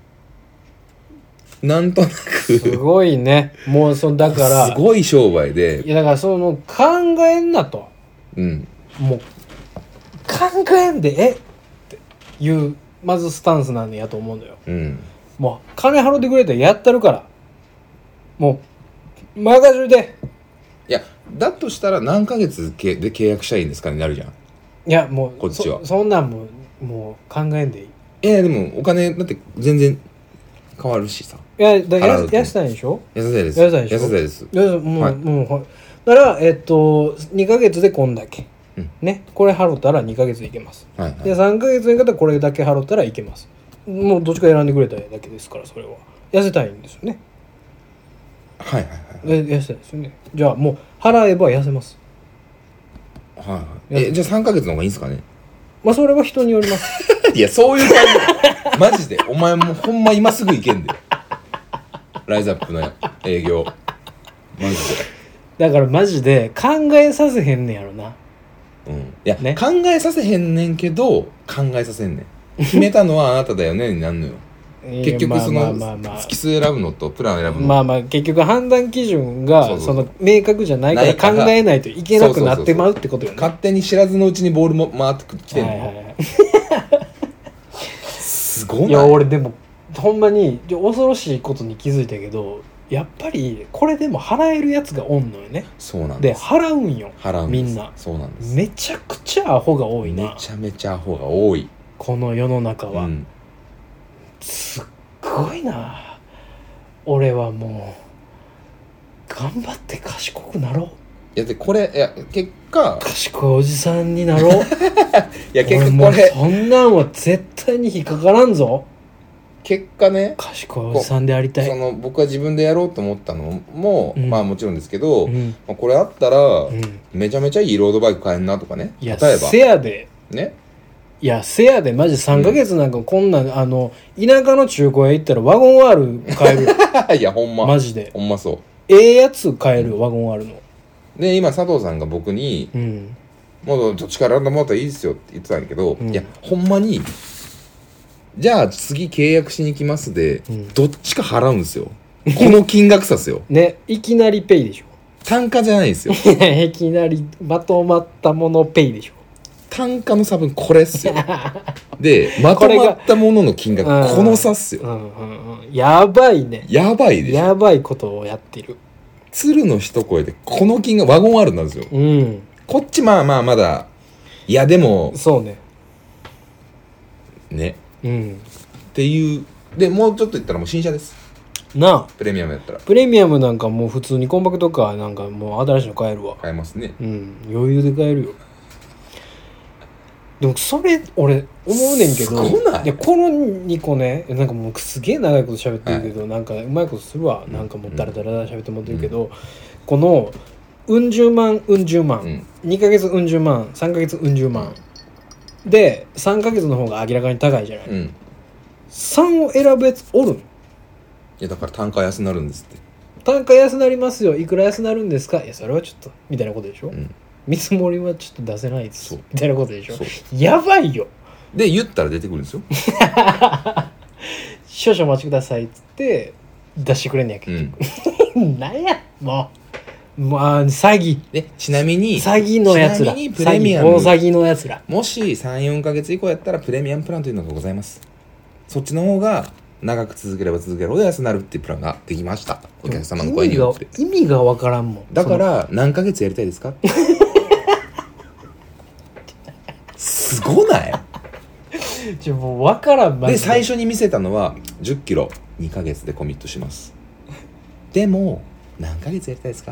なんとなくすごいね。もうだからすごい商売で、 いやだから考えんなと、もう考えんでっていうまずスタンスなんやと思うのよ、 もう金払ってくれたらやったるからもう任せて。 いやだとしたら何ヶ月で契約したらいいんですかになるじゃん。 いやもうこっちはそんなんもう考えんでいい。 でもお金だって全然変わるしさ。 いやだ安さんでしょ。 安さです。 安さんでしょ。 安さです。 もう、はい、もうだから2ヶ月でこんだけ、うん、ねこれ払ったら2ヶ月いけます、はいはい、で3ヶ月の方これだけ払ったらいけます。もうどっちか選んでくれたらだけですから。それは痩せたいんですよね。 はいはいはい、 痩せたいですよね。じゃあもう払えば痩せます。 はいはい。じゃあ3ヶ月の方がいいんですかね。 まあそれは人によりますいやそういう感じマジでお前もうほんま今すぐ行けんでライズアップの営業マジで。 だからマジで考えさせへんねんやろな。 うん。いや、ね、考えさせへんねんけど考えさせんねん。決めたのはあなただよねになんのよ。結局その月数選ぶのとプラン選ぶの結局判断基準がその明確じゃないから考えないといけなくなってまうってことよね。 勝手に知らずのうちにボールも回ってきてんの、はいはいはい、すごい。いや俺でもほんまに恐ろしいことに気づいたけどやっぱりこれでも払えるやつがおんのよね。 そうなんです。 で払うんよ。 払うんみんな。 そうなんです。 めちゃくちゃアホが多いな。 めちゃめちゃアホが多いこの世の中は、うん、すっごいな。俺はもう頑張って賢くなろう。 いやでこれいや結果賢いおじさんになろういや結果これそんなんは絶対に引っかからんぞ。 結果ね賢いおじさんでありたい。 その僕は自分でやろうと思ったのも、うん、まあもちろんですけど、うんまあ、これあったら、うん、めちゃめちゃいいロードバイク買えんなとかね。 いや例えばせやでね。 いやせやでマジ3ヶ月なんかこんな、うん、田舎の中古屋行ったらワゴン R 買えるよいやほんまマジでほんまそうやつ買えるよ、ワゴン R の。 で今佐藤さんが僕に、うん、もうどっちから選んだもらったらいいですよって言ってたんやけど、うん、いやほんまにじゃあ次契約しに行きますで、うん、どっちか払うんですよこの金額差っすよね。いきなりペイでしょ。 単価じゃないんですよいきなりまとまったものペイでしょ。 単価の差分これっすよでまとまったものの金額この差っすよ、うんうんうん、やばいね。 やばいでしょ。 やばいことをやってる。 鶴の一声でこの金額ワゴン R なんですよ、うん、こっちまあまあまだいやでもそうねね、うん、っていうでもうちょっと言ったらもう新車ですなあ。 プレミアムやったらプレミアムなんかもう普通にコンパクトカーなんかもう新しいの買えるわ。 買えますね。 うん余裕で買えるよ。でもそれ俺思うねんけど、いやこの2個ねなんかもうすげえ長いこと喋ってるけど、はい、なんかうまいことするわ、うん、なんかもうダラダラ喋ってもってるけど、うん、このうん十万うん十万、うん、2ヶ月うん十万3ヶ月うん十万で3ヶ月の方が明らかに高いじゃない、うん、3を選ぶやつおるん。いやだから単価安なるんですって。 単価安なりますよ。いくら安なるんですか。いやそれはちょっとみたいなことでしょ、うん見積もりはちょっと出せないですみたいなことでしょ。やばいよ。 で言ったら出てくるんですよ少々お待ちくださいっつって出してくれんねやけど、うん、なんやもうまあ詐欺でちなみに詐欺のやつら、 ちなみにプレミアム詐欺のやつらもし 3,4 ヶ月以降やったらプレミアムプランというのがございます。そっちの方が長く続ければ続けるほど安くなるっていうプランができました。お客様の声によって意味がわからんもん。 だから何ヶ月やりたいですかすごないもう分からん。 で最初に見せたのは10キロ2ヶ月でコミットします。でも何ヶ月やりたいですか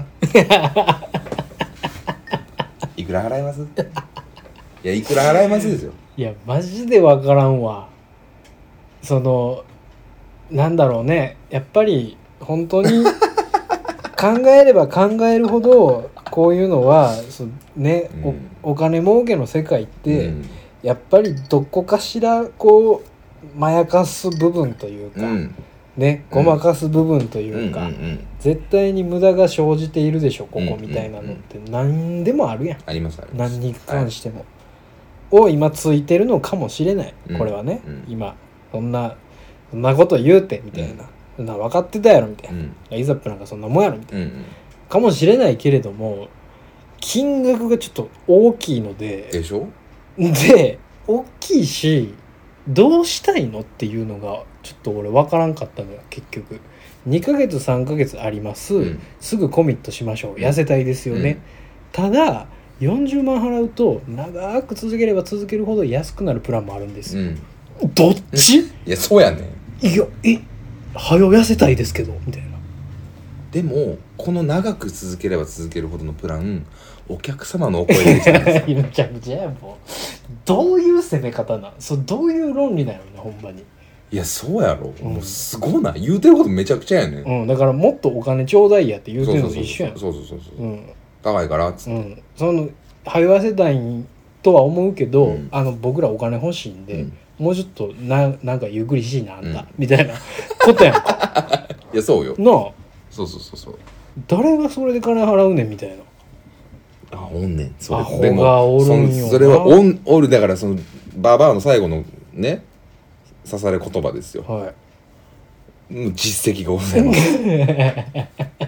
いくら払いますいやいくら払いますですよ。 いやマジで分からんわ。そのなんだろうねやっぱり本当に考えれば考えるほどこういうのはね、うん、お金儲けの世界って、うん、やっぱりどこかしらこうまやかす部分というか、うん、ねごまかす部分というか、うんうんうん、絶対に無駄が生じているでしょここみたいなのって何でもあるやん。 ありますあります。何に関しても、はい、を今ついてるのかもしれない、これはね、今そんなこと言うてみたいな、そんな分かってたやろみたいな、イザップなんかそんなもんやろみたいな、かもしれないけれども金額がちょっと大きいので大きいしどうしたいのっていうのがちょっと俺分からんかったのよ結局。2ヶ月3ヶ月あります、すぐコミットしましょう、痩せたいですよね、ただ40万払うと長く続ければ続けるほど安くなるプランもあるんです、どっち？ いやそうやねん。いやはよ痩せたいですけどみたいな。 でもこの長く続ければ続けるほどのプラン、お客様のお声できたんですめちゃくちゃやもうどういう攻め方なん、どういう論理なのねほんまに。 いやそうやろ、もうすごない言うてることめちゃくちゃやねん、だからもっとお金ちょうだいやって言うてるのと一緒やん。 そう、高いからっつって、 そのはよ痩せたいとは思うけど、僕らお金欲しいんで、もうちょっとなんかゆっくりしいなあんた、みたいなことやんかいやそうよなあ。 そう誰がそれで金払うねんみたいな。 おんねんそれ。 アホがおるんよな。 それはおる。だからそのババアの最後のね刺され言葉ですよ。はい。実績がございます。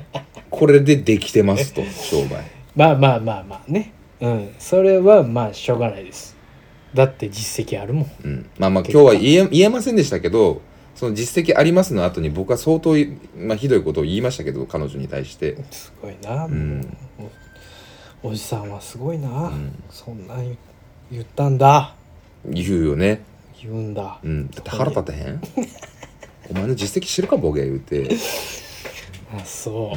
これでできてますと商売。 まあね。それはまあしょうがないです。だって実績あるもん。 まあ今日は言えませんでしたけど、その実績ありますの後に僕は相当、ひどいことを言いましたけど、彼女に対して。 すごいな。おじさんはすごいな。そんな言ったんだ。 言うよね。 言うんだ。 だって腹立てへんお前の実績知るかボケ言うて。 あ、そう、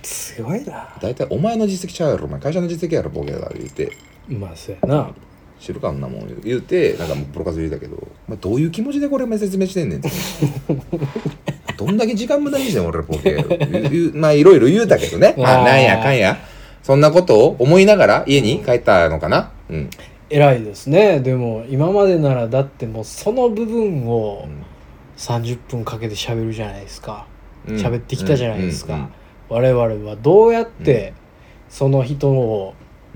すごいな。 だいたいお前の実績ちゃうやろ、お前会社の実績やろボケだ言うて。 まあそうやな。 知るかんなもん言うて、なんかもうプロカス言うたけど、お前どういう気持ちでこれ説明してんねんってどんだけ時間無駄にしてん俺ボケまあいろいろ言うたけどね、なんやかんやそんなことを思いながら家に帰ったのかな。 偉いですね。でも今までならだってもうその部分を30分かけて喋るじゃないですか。喋ってきたじゃないですか。我々はどうやってその人を、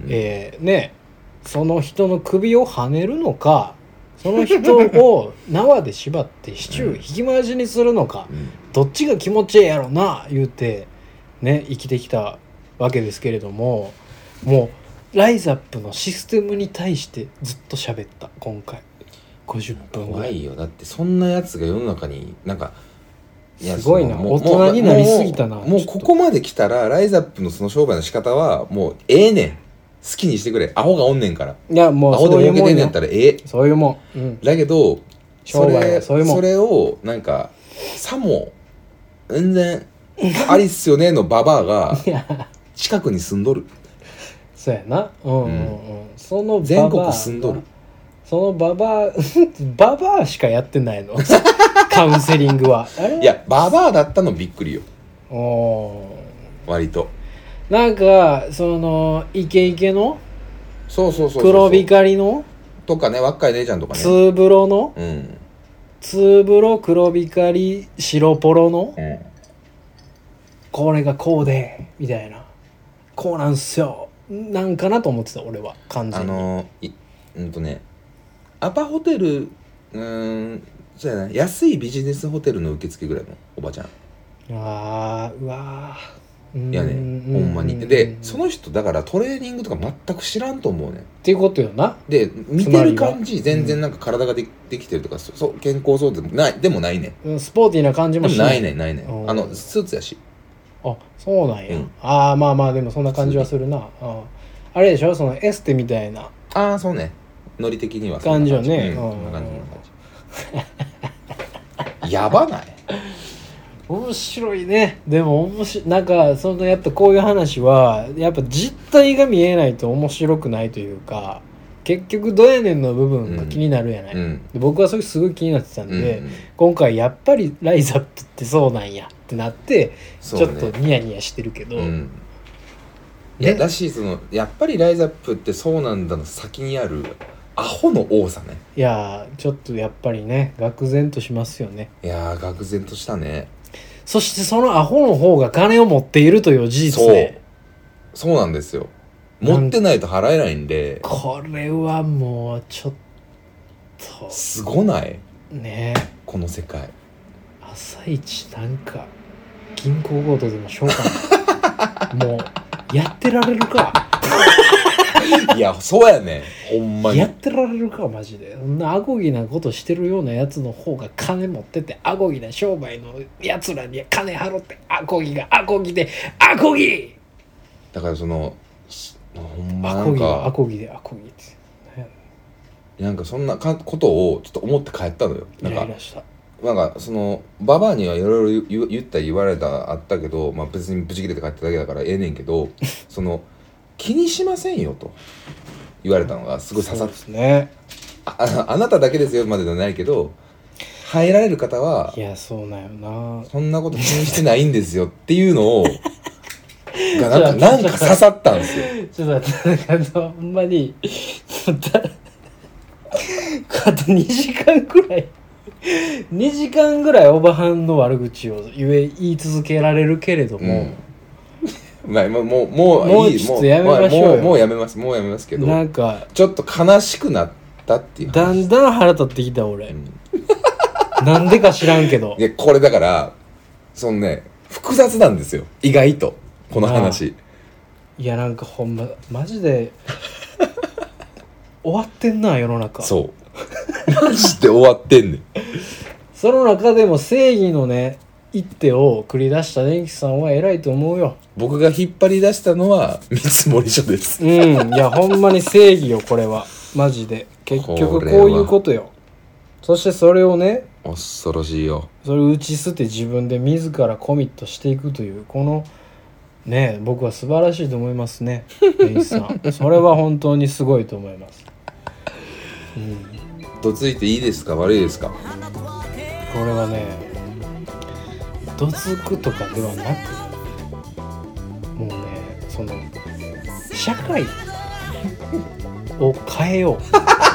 その人の首をはねるのか、その人を縄で縛ってシチュー引き回しにするのか、どっちが気持ちいいやろな言うてね生きてきたわけですけれども、もうライザップのシステムに対してずっと喋った今回50分ぐらい。 怖いよ。だってそんなやつが世の中になんか、 すごいな、大人になりすぎたな。 もうここまで来たらライザップのその商売の仕方はもうええねん、好きにしてくれ。アホがおんねんから。 いやもうアホで儲けてんねんやったらそういうもん、 だけどそれをなんかさも全然ありっすよねのババアが近くに住んどる。 そうやな。その全国住んどる。 そのババアしかやってないのカウンセリングは。 いやババアだったのびっくりよ。割となんかそのイケイケのそう黒光りのとかね、若い姉ちゃんとかね、 ツーブロの、ツーブロ黒光り白ポロの、これがこうでみたいな、こうなんすよなんかなと思ってた俺は完全に。 アパホテルそうやな、安いビジネスホテルの受付ぐらいのおばちゃん。うわいやね、ほんまに。でその人だからトレーニングとか全く知らんと思うねんっていうことよな。 で見てる感じ全然なんか体ができてるとか、健康そうでもないねん。スポーティーな感じもしない。 ないねスーツやし。 あ、そうなんや。まあでもそんな感じはするな。あれでしょ、そのエステみたいな。 そうね、ノリ的には感じよね。 やばない？ 面白いね。でもなんかそのやっぱこういう話はやっぱ実態が見えないと面白くないというか、結局どやねんの部分が気になるやない、で僕はそれすごい気になってたんで、今回やっぱりライザップってそうなんやってなって、ちょっとニヤニヤしてるけど、 いやだし、そのやっぱりライザップってそうなんだの先にあるアホの多さね。 いやちょっとやっぱりね愕然としますよね。 いや愕然としたね。 そしてそのアホの方が金を持っているという事実ね。 そうなんですよ。持ってないと払えないんで。 これはもうちょっとすごないね。 この世界。 朝一なんか銀行強盗でもしようかなもうやってられるかいやそうやねほんまにやってられるかマジで。そんなアコギなことしてるようなやつの方が金持ってて、アコギな商売のやつらに金払って、アコギがアコギでアコギだからそのほんまアコギがアコギでアコギってなんかそんなことをちょっと思って帰ったのよ。なんかイライラした。 なんかそのババアにはいろいろ言ったり言われたあったけど、まあ、別にブチ切れて帰っただけだからええねんけどその気にしませんよと言われたのがすごい刺さって、 そうですね、 あなただけですよまでじゃないけど入られる方はいやそうなんよな、 そんなこと気にしてないんですよっていうのをがなんか刺さったんですよ。 ちょっと待ってほんまにあと2時間くらい2時間ぐらいオバハンの悪口を言い続けられるけれども、 まあ、もういいちょっとやめましょうよ。 もうやめますけどなんかちょっと悲しくなったっていう話。 だんだん腹立ってきた俺、なんでか知らんけど。 いやこれだからそのね複雑なんですよ意外とこの話。 いやなんかほんまマジで終わってんな世の中。 そうマジで終わってんねん。 その中でも正義のね一手を繰り出した電気さんは偉いと思うよ。 僕が引っ張り出したのは見積書です。 いやほんまに正義よこれはマジで。結局こういうことよ。そしてそれをね恐ろしいよ。 それを打ち捨て自分で自らコミットしていくというこのね僕は素晴らしいと思いますね電気さん。それは本当にすごいと思います。 どついていいですか悪いですか。 これはねどつくとかではなくもうねその社会を変えよう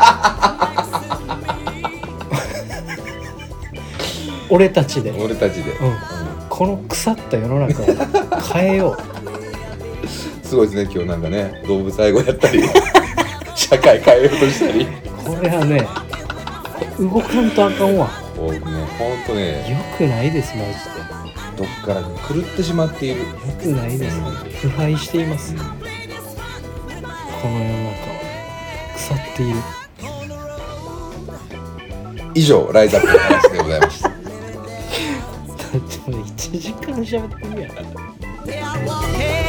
俺たちで、この腐った世の中を変えようすごいですね今日なんかね動物愛護やったり社会変えようとしたりこれはね動かんとあかんわ。 もうねほんとねよくないですマジで。どっから狂ってしまっている。よくないです、腐敗しています、この世の中は腐っている。 以上ライズアップの話でございました。 1時間喋ってるやん。